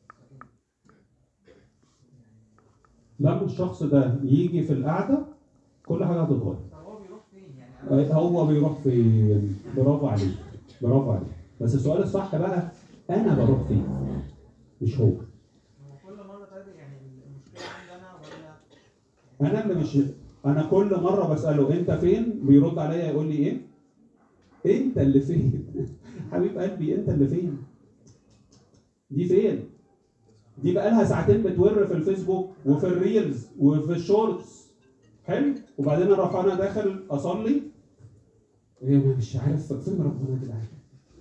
لما الشخص ده يجي في القعده كل حاجه هتتغير. طب هو بيروح فين يعني؟ هو بيروح فين؟ برافو عليك، برافو عليك. بس السؤال الصح بقى، انا بروح فين مش هو. هو كل مره طيب يعني المشكله عندي انا ولا انا اللي مش انا كل مره بساله انت فين بيرد عليا يقول لي ايه انت اللي فين حبيب قلبي انت اللي فين. دي فين دي بقى لها ساعتين بتور في الفيسبوك وفي الريلز وفي الشورتس حلو وبعدين اروح انا داخل اصلي ايه انا مش عارف فين ربنا يا جدعان.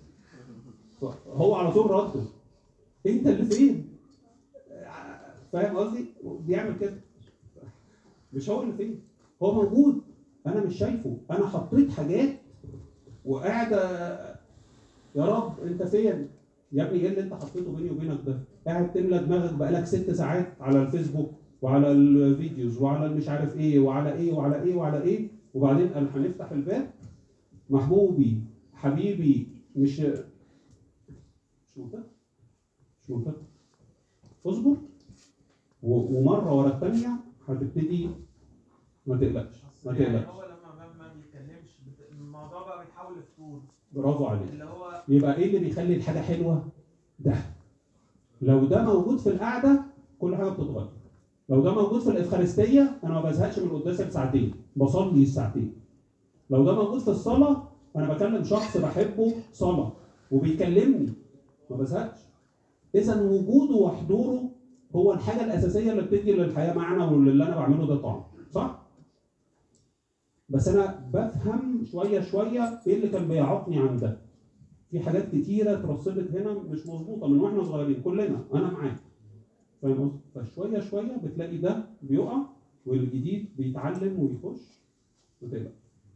هو على طول رده انت اللي فين فاهم قصدي بيعمل كده مش هو اللي فين هو موجود انا مش شايفه انا حطيت حاجات وقاعد يا رب انت فين يا ابني ايه اللي انت حطيته بيني وبينك ده قاعد تملى دماغك بقالك ست ساعات على الفيسبوك وعلى الفيديوز وعلى مش عارف ايه وعلى ايه وعلى ايه وعلى ايه وبعدين قال هنفتح الباب محبوبي حبيبي مش مش منطقي مش منطقي اصبر ومره ورا الثانيه هتبتدي ما تقلقش ما يعني تقلقش. هو لما ما ما بيتكلمش بت- الموضوع بقى بيتحول لفتور برافو عليك. اللي هو يبقى ايه اللي بيخلي الحاجه حلوه؟ ده لو ده موجود في القعده كل حاجه بتتغير. لو ده موجود في الافخارستيه انا ما بزهقش من القداس الساعتين بصلي الساعتين. لو ده موجود في الصلاه انا بكلم شخص بحبه صلاه وبيكلمني ما بزهقش. اذا وجوده وحضوره هو الحاجه الاساسيه اللي بتدي للحياه معنى واللي انا بعمله ده طعم صح؟ بس انا بفهم شويه شويه ايه اللي كان بيعوقني عن ده. في حاجات كتيره اترصدت هنا مش مظبوطه من واحنا صغيرين كلنا انا معاك فاهم قصدي؟ فشويه شويه بتلاقي ده بيقع والجديد بيتعلم ويخش وتبقى.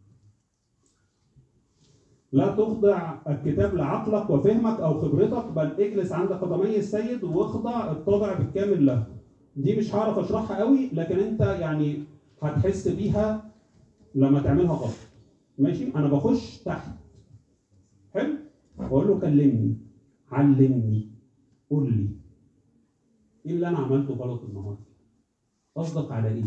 لا تخضع الكتاب لعقلك وفهمك او خبرتك بل اجلس عند قدمي السيد واخضع اتضع بالكامل له. دي مش هعرف اشرحها قوي لكن انت يعني هتحس بيها لما تعملها غلط. ماشي انا بخش تحت حلو بقول له كلمني علمني قول لي ايه اللي انا عملته غلط النهارده قصدك على ايه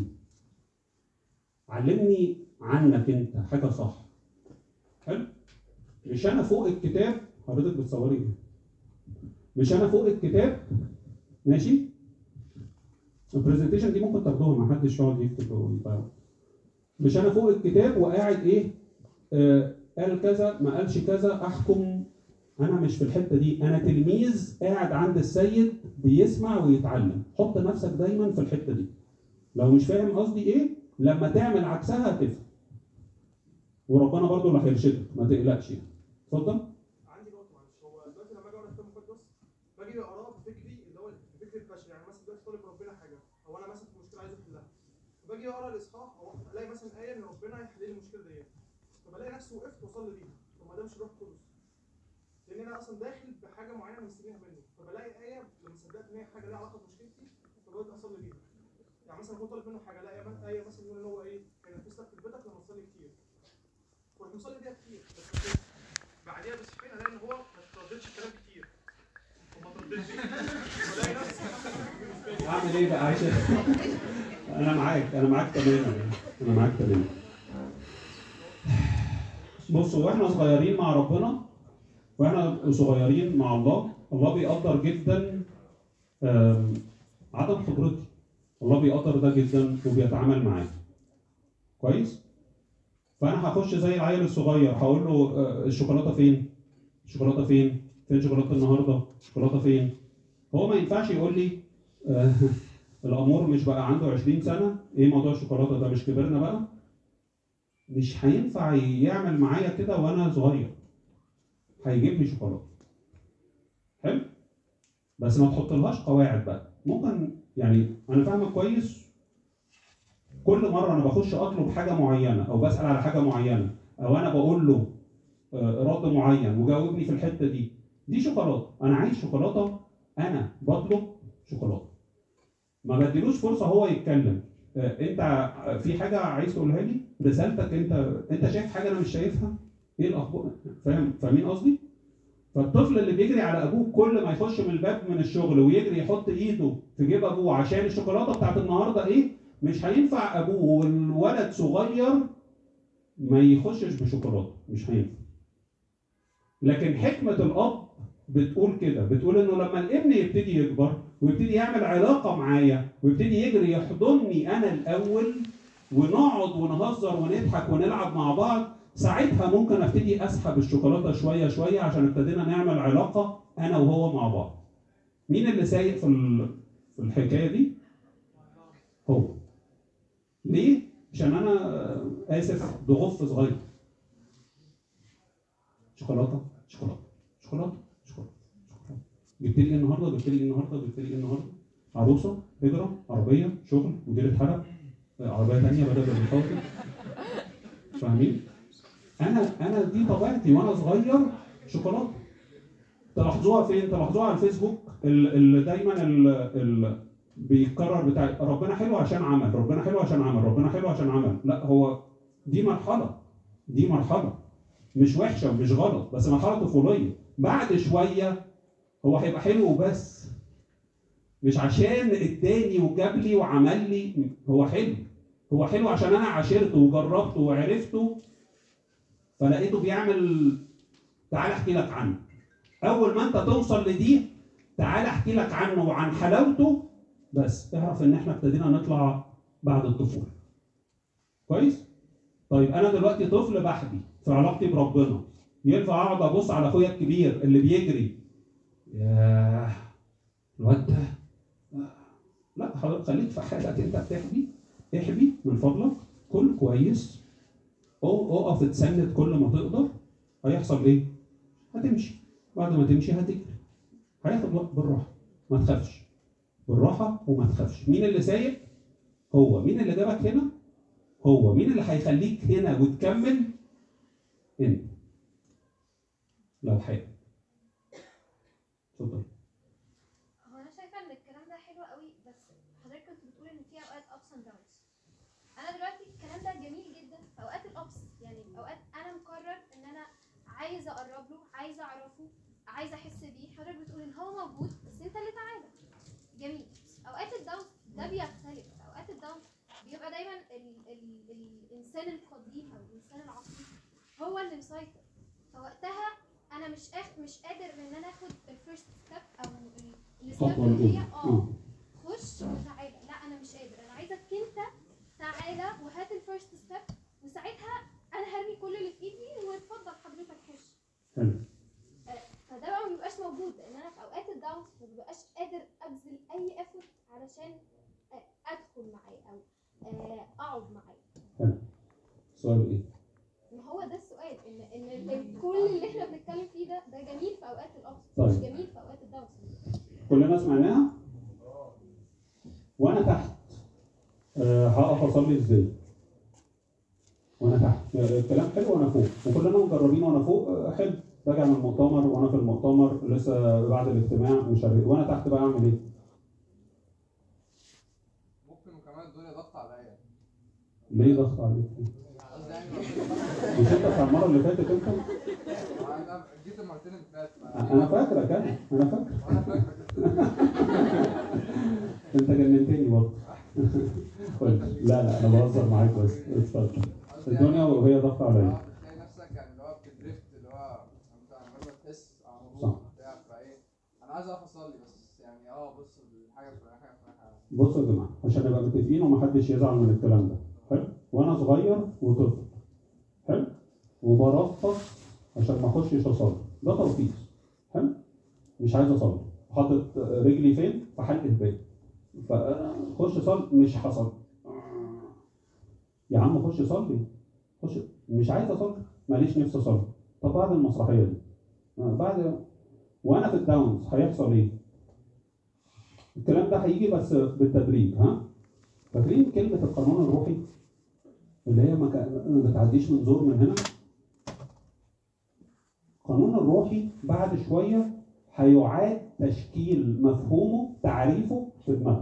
علمني عنك انت حاجه صح حلو مش انا فوق الكتاب حضرتك بتصوري ايه مش انا فوق الكتاب ماشي البرزنتيشن دي ممكن تاخدوها ما حدش يقعد يكتب ويطير. مش انا فوق الكتاب وقاعد ايه آه قال كذا ما قالش كذا احكم. انا مش في الحته دي انا تلميذ قاعد عند السيد بيسمع ويتعلم. حط نفسك دايما في الحته دي. لو مش فاهم قصدي ايه لما تعمل عكسها هتفهم وربنا برضو اللي هيرشدك ما تقلقش يعني. اتفضل. عندي نقطه معلش هو دلوقتي لما اجي اقرا الكتاب المقدس باجي اقراه بفكري اللي هو الفكر البشري يعني مثلا دلوقتي طالب ربنا حاجه او انا مثلا في مشكله عايز احلها فباجي اقرا الاصحاح او الاقي مثلا ايه ان ربنا هيحل لي المشكله ديت فبلاقي نفسي وقفت واصلي بيها. طب ما ده مش الروح القدس لان انا اصلا داخل بحاجه معينه مستنيها منه فبلاقي ايه لما صدقت ان هي حاجه ليها علاقه بمشكلتي فببدا اصلي بيها. يعني مثلا اكون طالب منه حاجه الاقي ايه مثلا يقول ان هو ايه هينفذ لك في بيتك لما تصلي كتير واروح مصلي بيها كتير بس بعديها باسبوعين الاقي ان هو ما ترددش الكلام كتير وما ترددش بلاقي نفسي اعمل ايه بقى عشان انا معاك انا معاك تماما انا معاك تماما. بصوا واحنا صغيرين مع ربنا واحنا صغيرين مع الله الله بيقدر جدا عدم خبرتي. الله بيقدر ده جدا وبيتعامل معاه كويس. فانا هخش زي العيل الصغير هقول له الشوكولاته فين الشوكولاته فين فين شوكولاته النهارده الشوكولاته فين. هو ما ينفعش يقول لي آه الامور مش بقى عنده عشرين سنه ايه موضوع الشوكولاته ده مش كبرنا بقى. مش هينفع يعمل معايا كده وانا صغير. هيجيب لي شوكولاته حلو بس ما تحطلهاش قواعد بقى. ممكن يعني انا فاهمك كويس. كل مره انا بخش اطلب حاجه معينه او بسال على حاجه معينه او انا بقول له رد معين وجاوبني في الحته دي دي شوكولاته. انا عايز شوكولاته انا بطلب شوكولاته. ما بديلوش فرصه هو يتكلم. انت في حاجه عايز تقولها لي رسالتك انت انت شايف حاجه انا مش شايفها ايه الاخبار فاهم فاهمين قصدي. فالطفل اللي بيجري على ابوه كل ما يخش من الباب من الشغل ويجري يحط ايده في جيب ابوه عشان الشوكولاته بتاعت النهارده ايه مش هينفع ابوه والولد صغير ما يخشش بشوكولاته مش هينفع. لكن حكمه الاب بتقول كده، بتقول انه لما الابن يبتدي يكبر ويبتدي يعمل علاقه معايا ويبتدي يجري يحضني انا الاول ونقعد ونهزر ونضحك ونلعب مع بعض، ساعتها ممكن ابتدي اسحب الشوكولاته شويه شويه عشان ابتدينا نعمل علاقه انا وهو مع بعض. مين اللي سايق في في الحكايه دي؟ هو. ليه؟ عشان انا اسف ضغف صغير. شوكولاته شوكولاته شوكولاته شوكولاته شوكولاته. جبت لي ايه النهارده؟ جبت لي ايه النهارده؟ جبت لي ايه النهارده؟ عروسه، هجره، عربيه، شغل، مدير حرق، عربيه ثانيه بدل الخاطر. فاهمين؟ انا انا دي طبيعتي وانا صغير شوكولاته. تلاحظوها فين؟ تلاحظوها على الفيسبوك اللي دايما اللي بيتكرر بتاع ربنا حلو عشان عمل، ربنا حلو عشان عمل، ربنا حلو عشان عمل. لا، هو دي مرحله، دي مرحله مش وحشه ومش غلط، بس مرحله طفوليه. بعد شويه هو هيبقى حلو وبس، مش عشان اداني وجاب لي وعمل لي. هو حلو، هو حلو عشان انا عاشرته وجربته وعرفته فلقيته بيعمل. تعال احكي لك عنه. اول ما انت توصل لدي تعال احكي لك عنه وعن حلاوته، بس اعرف ان احنا ابتدينا نطلع بعد الطفوله. كويس؟ طيب انا دلوقتي طفل بحبي في علاقتي بربنا، ينفع اقعد ابص على اخويا الكبير اللي بيجري ياه الواد ده؟ لا حضرتك خليك في حالك، انت بتحبي احبي من فضلك، كل كويس، او اقف اتسند كل ما تقدر. هيحصل ايه؟ هتمشي، بعد ما تمشي هتجري، هياخد وقت. بالراحه، ما تخافش، بالراحه وما تخافش. مين اللي سايق؟ هو. مين اللي جابك هنا؟ هو. مين اللي هيخليك هنا وتكمل؟ انت. لو حابب. اتفضل. هو انا شايفه ان الكلام ده حلو قوي، بس حضرتك كنت بتقول ان في اوقات ابس اند داونز. انا دلوقتي الكلام ده جميل جدا في اوقات الابس، يعني اوقات انا مقرر ان انا عايزه اقرب له، عايزه اعرفه، عايزه احس بيه. حضرتك بتقول ان هو موجود بس انت اللي تعالى. جميل. اوقات الداونز ده بيختلف. اوقات الداونز بيبقى دايما ال ال الانسان القديم او الانسان العقلي هو اللي مسيطر. فوقتها انا مش أخ... مش قادر ان انا اخد الفيرست ستيب او الستيب اللي هي اه خش وتعالى. لا انا مش قادر، انا عايزك انت تعالى وهات الفيرست ستيب، وساعتها انا هرمي كل اللي في ايدي واتفضل حضرتك خش. حلو. فده بقى ما بيبقاش موجود، لان انا في اوقات الداونز ما ببقاش قادر ابذل اي افورت علشان ادخل معاه او اقعد معاه. حلو. السؤال ايه؟ ما هو ده السؤال، ان ان كل اللي احنا بنتكلم فيه ده ده جميل في اوقات الابس، طيب. مش جميل في اوقات الداونز. كلنا سمعناها؟ وانا تحت أه هقف اصلي ازاي؟ وانا تحت. الكلام حلو وانا فوق، وكلنا مجربين وانا فوق. أه حلو. راجع من المؤتمر وانا في المؤتمر لسه بعد الاجتماع مش عارف، وانا تحت بقى اعمل ايه؟ ممكن وكمان الدنيا ضغط عليا. ليه ضغط عليك؟ قصدي يعني مش انت بتاع المره اللي فاتت انت؟ انا جيت المرتين اللي فاتت. انا فاكرك انا انا فاكر. انا فاكرك انت جننتني برضه. لا لا انا بهزر معاك بس اتفضل. الدنيا وهي ضغط عليا. بتلاقي نفسك يعني اللي هو بتدريفت، اللي هو انت من غير ما تحس على صح. موضوع بتاع فايه. انا عايز اقف اصلي بس يعني اه بص الحاجه الفلانيه حاجه الفلانيه. بصوا يا جماعه عشان نبقى متفقين ومحدش يزعل من الكلام ده. حلو. وانا صغير وطفل. حلو. وبرفص عشان ما اخشش اصلي، ده ترفيص. حلو. مش عايز اصلي، حاطط رجلي فين؟ في حلق الباب. فخش صلي، مش هصلي. يا عم خش صلي، خش. مش عايز اصلي، ماليش نفس اصلي. طب بعد المسرحيه دي، بعد وانا في الداونز هيحصل ايه؟ الكلام ده هيجي بس بالتدريج. ها؟ فاكرين كلمه القانون الروحي اللي هي ما بتعديش من زور من هنا؟ القانون الروحي بعد شويه هيعاد تشكيل مفهومه، تعريفه في دماغك.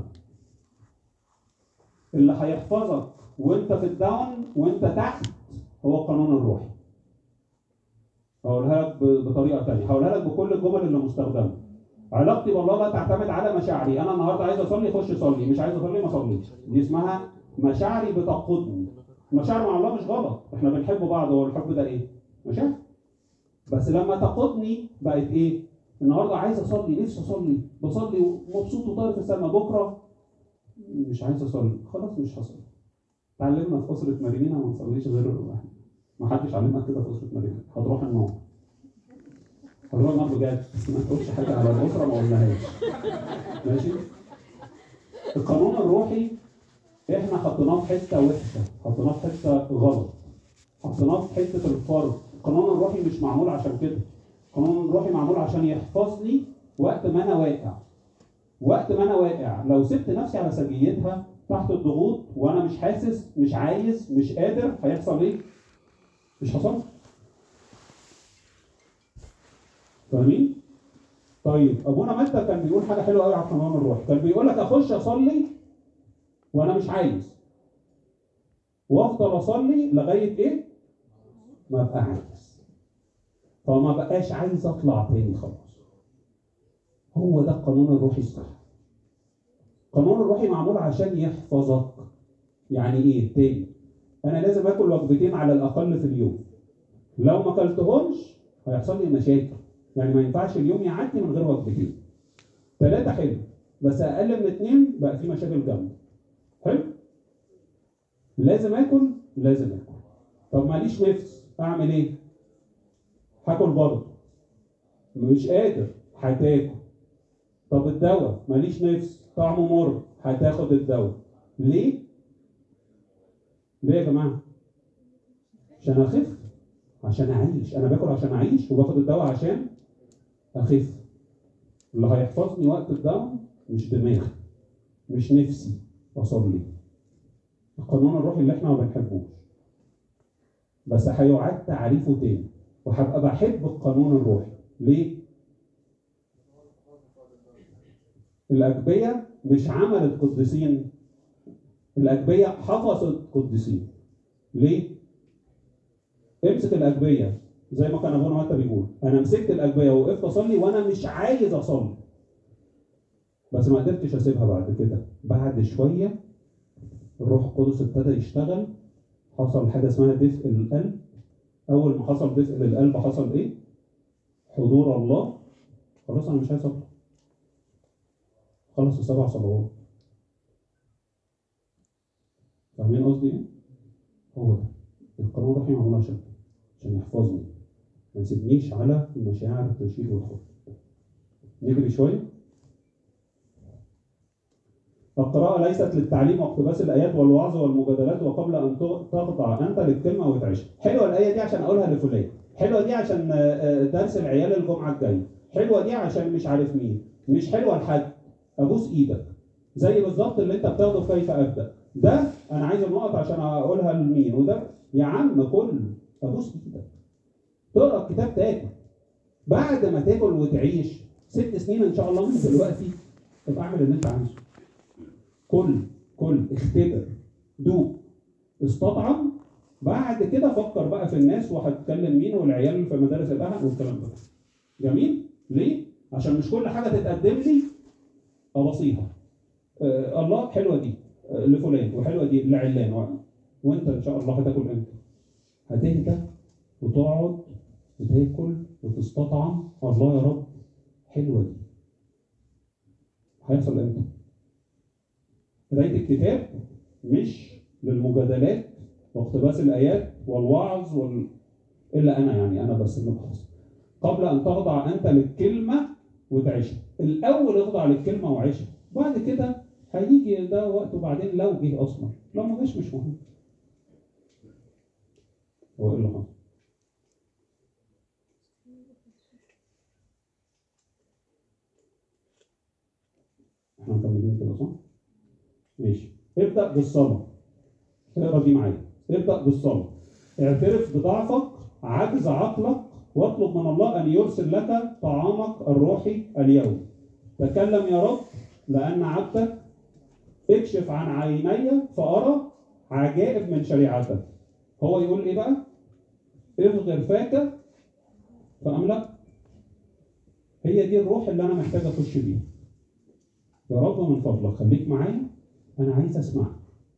اللي هيحفظك وانت في الداون وانت تحت هو القانون الروحي. هقولها لك بطريقه ثانيه، هقولها لك بكل الجمل اللي مستخدمه. علاقتي بالله لا تعتمد على مشاعري. انا النهارده عايز اصلي، خش صلي. مش عايز اصلي، ما صليش. دي اسمها مشاعري بتقودني. المشاعر مع الله مش غلط، احنا بنحب بعض. هو الحب ده ايه؟ مشاعر. بس لما تقودني بقت ايه؟ النهارده عايز اصلي، نفسي اصلي، بصلي ومبسوط وطاير في السما، بكره مش عايز اصلي، خلاص مش هصلي. اتعلمنا في اسره مريمينا ما نصليش غير واحد. ما حدش علمها كده في اسره مريمينا، هتروح النار. هتروح النار بجد، ما تقولش حاجه على الاسره ما قلناهاش. ماشي؟ القانون الروحي احنا حطيناه في حته وحشه، حطيناه في حته غلط، حطيناه في حته الفرض. القانون الروحي مش معمول عشان كده. القانون الروحي معمول عشان يحفظني وقت ما انا واقع. وقت ما انا واقع لو سبت نفسي على سجيتها تحت الضغوط وانا مش حاسس، مش عايز، مش قادر، هيحصل ايه؟ مش حصل؟ فاهمين؟ طيب ابونا متى كان بيقول حاجه حلوه قوي على القانون الروحي، كان بيقول لك اخش اصلي وانا مش عايز، وافضل اصلي لغايه ايه؟ ما ابقى عايز. فما بقاش عايز اطلع تاني خلاص. هو ده القانون الروحي الصح. القانون الروحي معمول عشان يحفظك. يعني ايه؟ تاني، انا لازم اكل وجبتين على الاقل في اليوم. لو ما اكلتهمش هيحصل لي مشاكل. يعني ما ينفعش اليوم يعدي من غير وجبتين. ثلاثة حلو، بس اقل من اثنين بقى في مشاكل جامده. حلو؟ لازم اكل، لازم اكل. طب ماليش نفس، اعمل ايه؟ هاكل برضه. مش قادر، هتاكل. طب الدواء، ماليش نفس، طعمه مر، هتاخد الدواء. ليه؟ ليه يا جماعه؟ عشان اخف، عشان اعيش. انا باكل عشان اعيش وباخد الدواء عشان اخف. اللي هيحفظني وقت الدواء مش دماغي، مش نفسي اصلي. القانون الروحي اللي احنا ما بنحبوش، بس هيعاد تعريفه تاني، وهبقى بحب القانون الروحي. ليه؟ الأجبية مش عملت قديسين، الأجبية حفظت قديسين. ليه؟ امسك الأجبية زي ما كان ابونا متى بيقول، انا مسكت الأجبية ووقفت اصلي وانا مش عايز اصلي، بس ما قدرتش اسيبها. بعد كده بعد شوية الروح القدس ابتدى يشتغل، حصل حاجة اسمها دفء القلب. اول ما حصل دفء للقلب حصل ايه؟ حضور الله. خلاص انا مش عايز اصلي، خلص السبع صلوات. فاهمين قصدي ايه؟ هو ده القانون الروحي معمول عشان عشان يحفظني، ما يسيبنيش على المشاعر التشيل والحب. نجري شويه. القراءة ليست للتعليم واقتباس الآيات والوعظ والمجادلات وقبل أن تخضع أنت للكلمة وتعيش. حلوة الآية دي عشان أقولها لفلان، حلوة دي عشان درس العيال الجمعة الجاية، حلوة دي عشان مش عارف مين، مش حلوة لحد. أبوس إيدك زي بالظبط اللي أنت بتاخده في كيف أبدأ. ده أنا عايز النقط عشان أقولها لمين، وده يا عم كل أبوس إيدك. تقرأ الكتاب تاكل، بعد ما تاكل وتعيش ست سنين إن شاء الله من دلوقتي تبقى اعمل اللي أنت عايزه. كل كل اختبر، دوق، استطعم. بعد كده فكر بقى في الناس وهتكلم مين والعيال في مدارس الاهل والكلام ده. جميل؟ ليه؟ عشان مش كل حاجه تتقدم لي ابصيها. آه الله حلوه دي آه لفلان، وحلوه دي لعلان، و... وانت ان شاء الله هتاكل امتى؟ هتهدى وتقعد وتاكل وتستطعم. الله يا رب حلوه دي. هيحصل امتى؟ قراية الكتاب مش للمجادلات واقتباس الآيات والوعظ وال... إلا أنا يعني أنا بس اللي بحفظ. قبل أن تخضع أنت للكلمة وتعيشها. الأول اخضع للكلمة وعيشها، بعد كده هيجي ده وقته بعدين لو جه أصلا، لو ما جاش مش مهم. هو إيه اللي حصل؟ إحنا مكملين كده صح؟ ماشي. ابدأ بالصلاة. اقرا دي معايا. ابدأ بالصلاة. اعترف بضعفك، عجز عقلك، واطلب من الله أن يرسل لك طعامك الروحي اليوم. تكلم يا رب لأن عبدك، اكشف عن عيني فأرى عجائب من شريعتك. هو يقول إيه بقى؟ اصغر فاك فأملأ. هي دي الروح اللي أنا محتاج أخش بيها. يا رب من فضلك خليك معايا، أنا عايز أسمعك.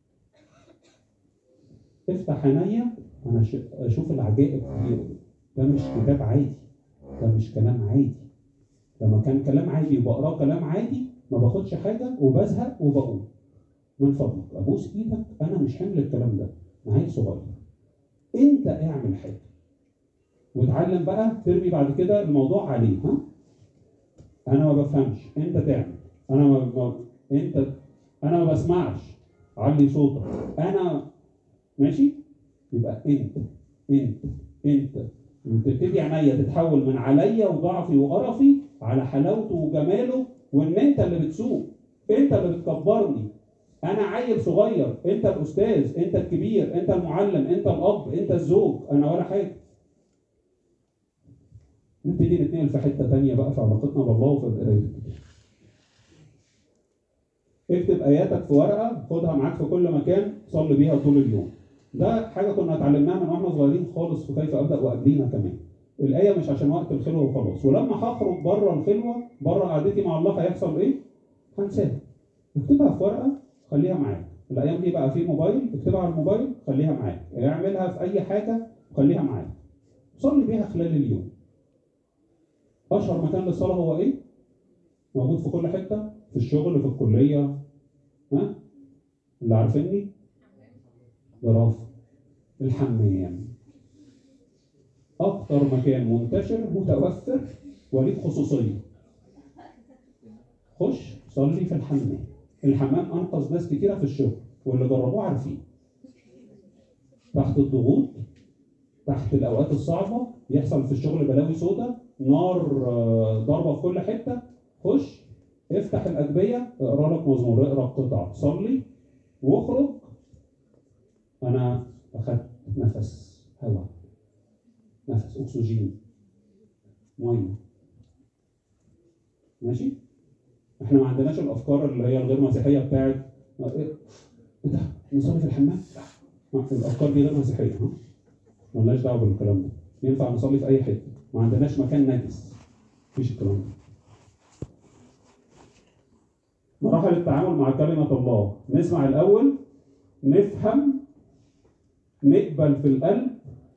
افتح عينيا أنا أشوف العجائب دي. ده مش كتاب عادي، ده مش كلام عادي، لما كان كلام عادي وبقراه كلام عادي ما باخدش حاجه وبزهق وبقوم. من فضلك ابوس ايدك، انا مش حمل الكلام ده، انا عيل صغير. انت اعمل حاجه واتعلم بقى ترمي بعد كده الموضوع عليه. ها انا ما بفهمش، انت تعمل. انا ما, ما انت انا ما بسمعش، علي صوتك. انا ماشي، يبقى انت انت انت وتبتدي عينيا تتحول من عليا وضعفي وقرفي على حلاوته وجماله، وان انت اللي بتسوق، انت اللي بتكبرني. انا عيل صغير، انت الاستاذ، انت الكبير، انت المعلم، انت الاب، انت الزوج، انا ولا حاجه. نبتدي نتنقل في حته ثانيه بقى في علاقتنا بالله وفي قرايه الكتاب. اكتب اياتك في ورقه، خدها معاك في كل مكان، صلي بيها طول اليوم. ده حاجه كنا اتعلمناها من واحنا صغيرين خالص في كيف ابدا وقبلينا كمان. الايه مش عشان وقت الخلوه وخلاص، ولما هخرج بره الخلوه، بره قعدتي مع الله، هيحصل ايه؟ هنساها. اكتبها في ورقه، خليها معاك. الايام دي بقى في موبايل، اكتبها على الموبايل، خليها معاك. اعملها في اي حاجه، خليها معاك. صلي بيها خلال اليوم. اشهر مكان للصلاه هو ايه؟ موجود في كل حته، في الشغل، في الكليه. ها؟ اللي عارفيني؟ برافو. الحمام. اكتر مكان منتشر متوفر وليك خصوصيه. خش صلي في الحمام. الحمام انقذ ناس كتيره في الشغل، واللي جربوه عارفين. تحت الضغوط، تحت الاوقات الصعبه، يحصل في الشغل بلاوي سودا، نار ضربه في كل حته. خش افتح الاجبيه، اقرا لك مزمور، اقرا قطع، صلي واخرج. انا اخذت نفس هواء، نفس اكسجين، ميه. ماشي؟ احنا ما عندناش الافكار اللي هي الغير مسيحيه بتاعت ايه ده؟ نصلي في الحمام؟ لا، الافكار دي غير مسيحيه. ها؟ مالناش دعوه بالكلام ده. ينفع نصلي في اي حته، ما عندناش مكان نجس. مفيش الكلام ده. مراحل التعامل مع كلمه الله. نسمع الاول، نفهم، نقبل في القلب،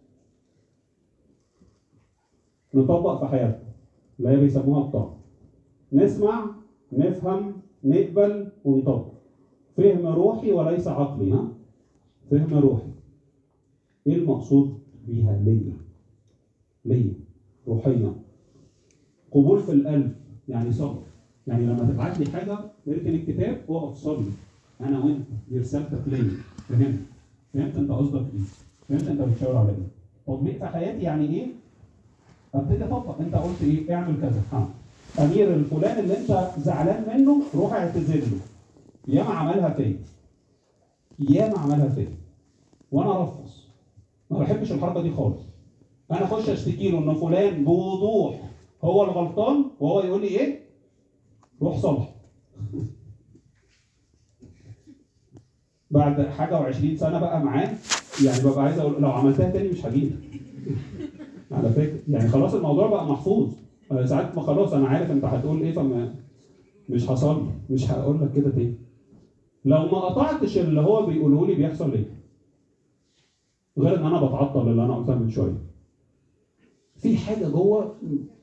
نطبق في حياتنا. اللي هي بيسموها الطاقه. نسمع، نفهم، نقبل، ونطبق. فهم روحي وليس عقلي. ها؟ فهم روحي. ايه المقصود بيها؟ ليا ليا روحيا. قبول في القلب، يعني صبر. يعني لما تبعت لي حاجه، اركن الكتاب واقف صلي. انا وانت، دي رسالتك ليا. فهمت؟ فهمت انت قصدك ايه؟ فهمت انت بتشاور على ايه؟ تطبيق في حياتي يعني ايه؟ ابتدي اطبق. انت قلت ايه؟ اعمل كذا. ها؟ امير الفلان اللي انت زعلان منه، روح اعتذر له. ياما عملها فيا. ياما عملها فيا. وانا ارفض. ما بحبش الحركه دي خالص. انا اخش اشتكي له ان فلان بوضوح هو الغلطان، وهو يقول لي ايه؟ روح صلح. بعد حاجه وعشرين سنه بقى معاه، يعني ببقى عايز اقول لو عملتها تاني مش هجيلك. على فكره يعني خلاص الموضوع بقى محفوظ. ساعات ما خلاص انا عارف انت هتقول ايه، فما مش هصلي، مش هقول لك كده تاني. لو ما قطعتش اللي هو بيقوله لي بيحصل ايه؟ غير ان انا بتعطل اللي انا قلتها من شويه. في حاجه جوه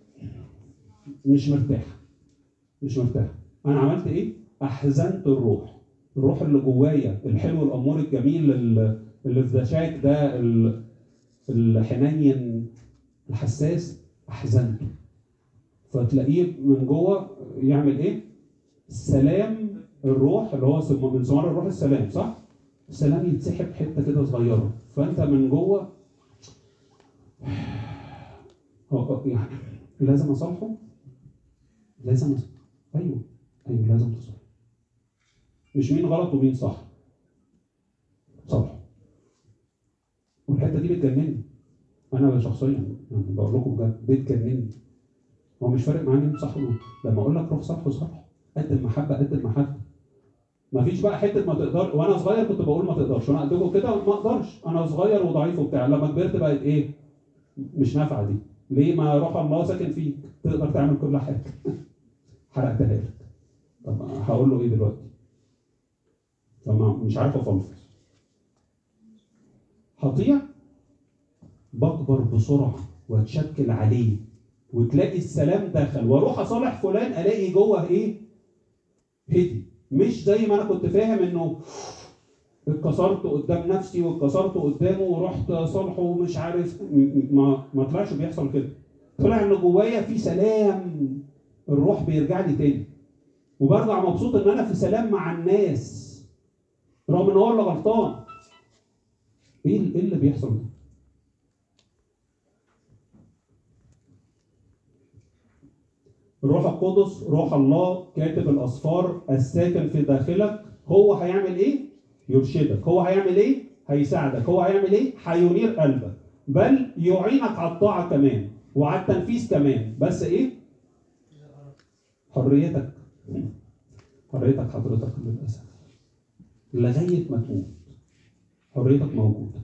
مش مرتاح. مش مرتاح. انا عملت ايه؟ احزنت الروح. الروح اللي جوايا الحلو الامور الجميل اللي في ذشاك ده، الحنين الحساس، احزنته. فتلاقيه من جوه يعمل ايه؟ سلام الروح اللي هو من ثمار الروح السلام، صح؟ السلام يتسحب حته كده صغيره، فانت من جوه يعني لازم اصالحه. لازم أصالحه. ايوه ايوه لازم تصالحه. مش مين غلط ومين صح. صالحه. والحته دي بتجنني. انا شخصيا يعني بقول لكم بجد بتجنني. هو مش فارق معايا مين صح ولا لما اقول لك روح صالحه صالحه. قد المحبه قد المحبه. مفيش بقى حته ما تقدر. وانا صغير كنت بقول ما تقدرش، وانا قدكم كده ما اقدرش، انا صغير وضعيف وبتاع. لما كبرت بقت ايه؟ مش نافعه دي. ليه؟ ما روح الله ساكن فيك، تقدر تعمل كل حاجه. حرقتها لك. طب هقول له ايه دلوقتي؟ فما مش عارف افلفظ. هطيع، بكبر بسرعه واتشكل عليه وتلاقي السلام دخل، واروح اصالح فلان الاقي جوه ايه؟ هدي. مش زي ما انا كنت فاهم انه اتكسرت قدام نفسي واتكسرت قدامه ورحت صالحه ومش عارف، ما ما طلعش بيحصل كده. طلع ان جوايا في سلام، الروح بيرجع لي تاني وبرجع مبسوط ان انا في سلام مع الناس رغم ان هو اللي غلطان. ايه ايه اللي بيحصل ده؟ الروح القدس روح الله كاتب الاسفار الساكن في داخلك، هو هيعمل ايه؟ يرشدك. هو هيعمل ايه؟ هيساعدك. هو هيعمل ايه؟ هينير قلبك، بل يعينك على الطاعه كمان وعلى التنفيذ كمان. بس ايه؟ حريتك حريتك حضرتك للاسف لغايه ما تموت حريتك موجوده.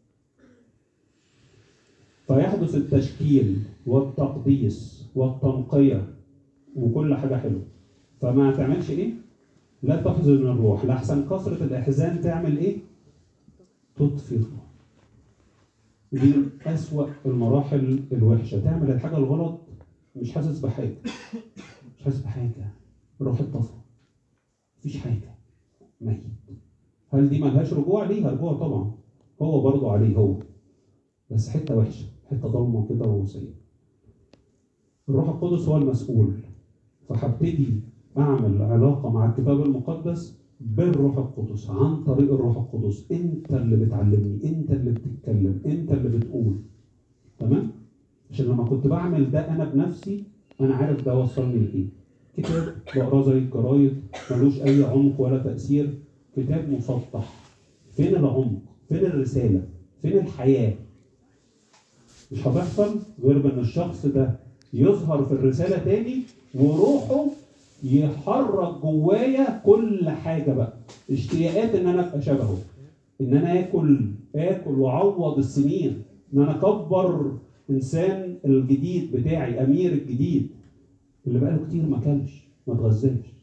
فيحدث التشكيل والتقديس والتنقيه وكل حاجه حلوه. فما تعملش ايه؟ لا تحزن الروح، لحسن كثره الاحزان تعمل ايه؟ تطفي الروح. دي اسوأ المراحل الوحشه، تعمل الحاجه الغلط مش حاسس بحاجه، مش حاسس بحاجه، الروح اتطفى، مفيش حاجه، ميت. هل دي ملهاش رجوع؟ ليها رجوع طبعا، هو برضه عليه هو، بس حته وحشه، حته ضلمه كده وسيئه. الروح القدس هو المسؤول، فهبتدي اعمل علاقه مع الكتاب المقدس بالروح القدس عن طريق الروح القدس. انت اللي بتعلمني، انت اللي بتتكلم، انت اللي بتقول، تمام؟ عشان لما كنت بعمل ده انا بنفسي انا عارف ده وصلني لايه. كتاب بقراه زي الجرايد ملوش اي عمق ولا تاثير، كتاب مسطح. فين العمق؟ فين الرساله؟ فين الحياه؟ مش هتحصل غير بان الشخص ده يظهر في الرساله تاني وروحه يحرك جوايا كل حاجه بقى، اشتياقات ان انا ابقى شبهه، ان انا اكل اكل واعوض السنين، ان انا اكبر انسان الجديد بتاعي، امير الجديد اللي بقاله كتير ما كلش ما اتغذاش.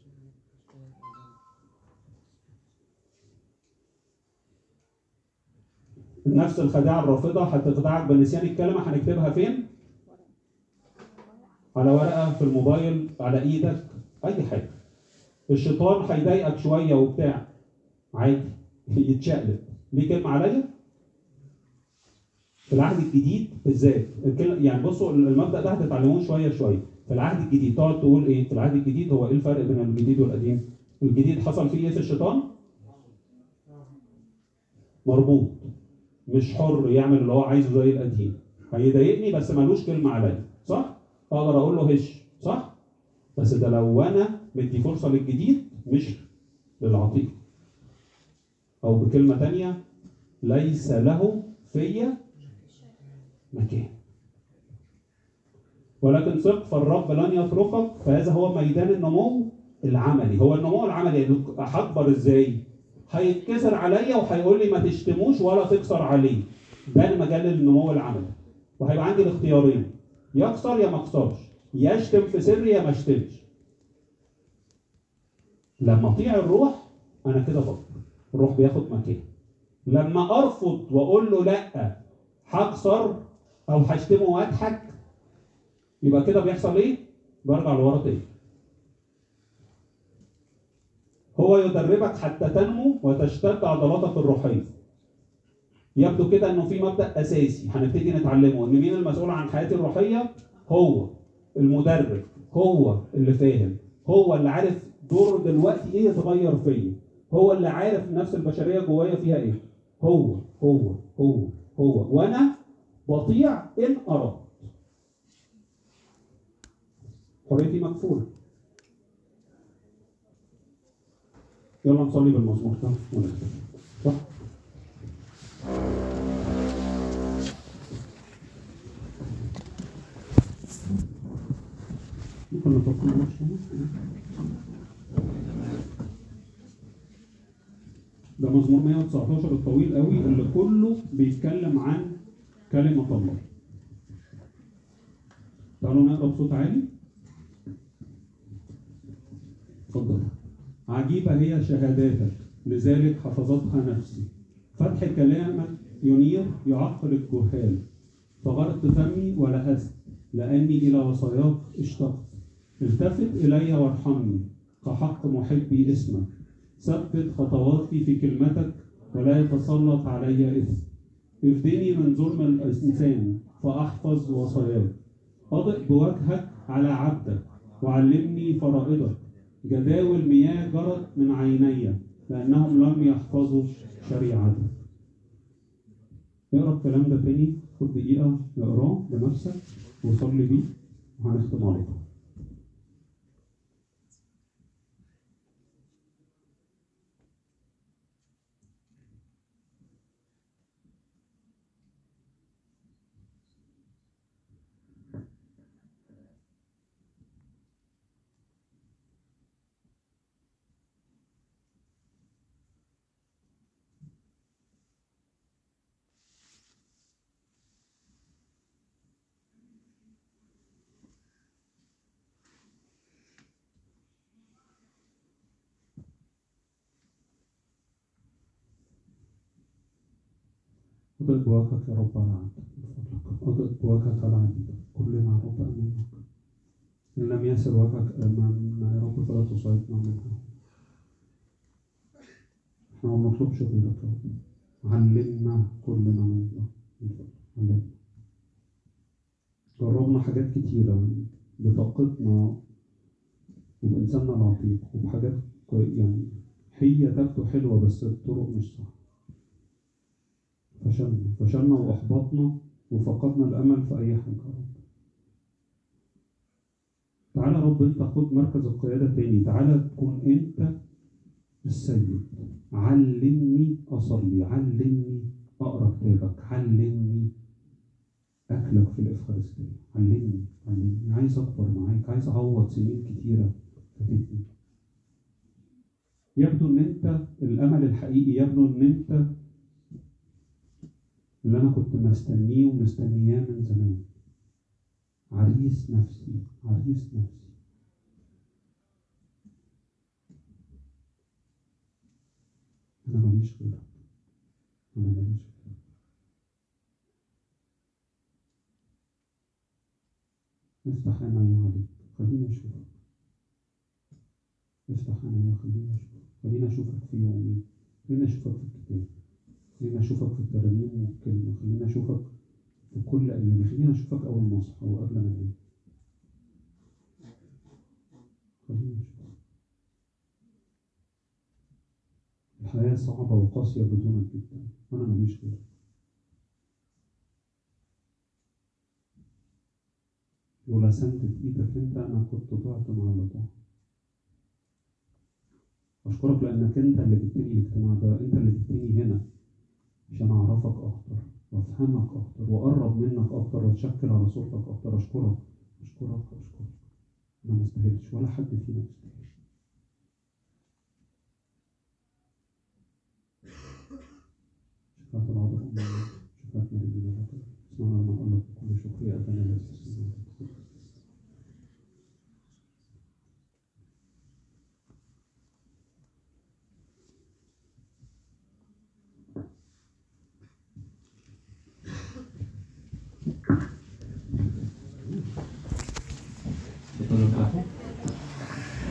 نفس الخداع الرافضه هتخدعك بنسيان الكلمه، هنكتبها فين؟ على ورقه، في الموبايل، على ايدك، اي حاجه. الشيطان هيضايقك شويه وبتاع عادي يتشقلب. ليه كلمه عليا؟ في العهد الجديد بالذات يعني بصوا المبدا ده هتتعلموه شويه شويه. في العهد الجديد تقعد تقول ايه؟ في العهد الجديد هو ايه الفرق بين الجديد والقديم؟ الجديد حصل فيه ايه في الشيطان؟ مربوط، مش حر يعمل اللي هو عايزه زي القديم. هيضايقني بس ملوش كلمه عليا، صح؟ اقدر اقول له هش، صح؟ بس ده لو انا مدي فرصه للجديد مش للعتيق. او بكلمه ثانيه ليس له فيا مكان. ولكن ثق فالرب لن يتركك، فهذا هو ميدان النمو العملي. هو النمو العملي هكبر ازاي؟ هيتكسر عليا وهيقول لي ما تشتموش ولا تكسر عليه. ده مجال النمو العملي. وهيبقى عندي الاختيارين، يكسر يا ما اكسرش، يشتم في سري يا ما اشتمش. لما اطيع الروح انا كده بكبر، الروح بياخد مكان. لما ارفض واقول له لا هكسر او هشتمه واضحك، يبقى كده بيحصل ايه؟ برجع لورا تاني. هو يدربك حتى تنمو وتشتد عضلاتك الروحيه. يبدو كده انه في مبدا اساسي هنبتدي نتعلمه، ان مين المسؤول عن حياتي الروحيه؟ هو المدرب، هو اللي فاهم، هو اللي عارف دوره دلوقتي ايه يتغير فيا، هو اللي عارف النفس البشريه جوايا فيها ايه. هو هو هو هو وانا بطيع ان اراد. حريتي مكفوله. يلا نصلي بالمزمور ده ونختم، صح؟ ممكن نفكر نفسه. ده مزمور مية وتسعتاشر الطويل قوي اللي كله بيتكلم عن كلمة الله. تعالوا نقرا بصوت عالي. اتفضل. عجيبة هي شهاداتك لذلك حفظتها نفسي. فتح كلامك ينير يعقل الجهال. فغرت فمي ولهست لأني إلى وصاياك اشتقت. التفت إلي وارحمني كحق محبي اسمك. ثبت خطواتي في كلمتك ولا يتسلط علي إثم. افدني من ظلم الإنسان فأحفظ وصاياك. أضئ بوجهك على عبدك وعلمني فرائضك. جداول مياه جرت من عيني لأنهم لم يحفظوا شريعتك. اقرا الكلام ده تاني، خد دقيقة اقراه بنفسك وصلي بيه وهنختم عليه. أضئ بوجهك يا رب على عبدك من فضلك. أضئ بوجهك على عبدك كلنا يا رب أمامك. إن لم يسر وجهك أمامنا يا رب فلا تصعدنا منها. إحنا ما بنطلبش غيرك يا رب. علمنا كلنا من الله من فضلك. علمنا. جربنا حاجات كتيرة بطاقتنا وبإنساننا العتيق وبحاجات يعني هي تبدو حلوة بس الطرق مش صح. فشلنا فشلنا وأحبطنا وفقدنا الأمل في أي حاجة يا رب. تعالى يا رب أنت خد مركز القيادة تاني. تعالى تكون أنت السيد. علمني أصلي، علمني أقرأ كتابك، علمني أكلك في الإفخارستية. علمني علمني عايز أكبر معاك، عايز أعوض سنين كتيرة فاتتني. يبدو إن أنت الأمل الحقيقي، يبدو إن أنت اللي أنا كنت مستنيه ومستنياه من زمان. عريس نفسي، عريس نفسي. أنا ماليش غيرك، أنا ماليش غيرك. افتح عيني عليك، خليني أشوفك. افتح عيني خليني أشوفك، خليني أشوفك في يومي، خليني أشوفك في الكتاب، خليني أشوفك في الترانيم والكلمة، خليني أشوفك في كل أيام، خليني أشوفك أول ما أصحى وقبل ما أنام. خليني أشوفك. الحياة صعبة وقاسية بدونك جدا، وأنا ماليش غيرك. لولا سندة إيدك أنت أنا كنت ضعت مع اللي ضاع. أشكرك لأنك أنت اللي جبتني الاجتماع ده، أنت اللي جبتني هنا عشان أعرفك أكتر وأفهمك أكتر وأقرب منك أكتر وأتشكل على صورتك أكتر. أشكرك أشكرك أشكرك. أنا ما استاهلش ولا حد فينا يستاهل. شفاعة العذراء أم الله، شفاعة مريم البطل، اسمعنا لما أقول لك بكل شكر يا أبانا الذي في السماوات. Setelah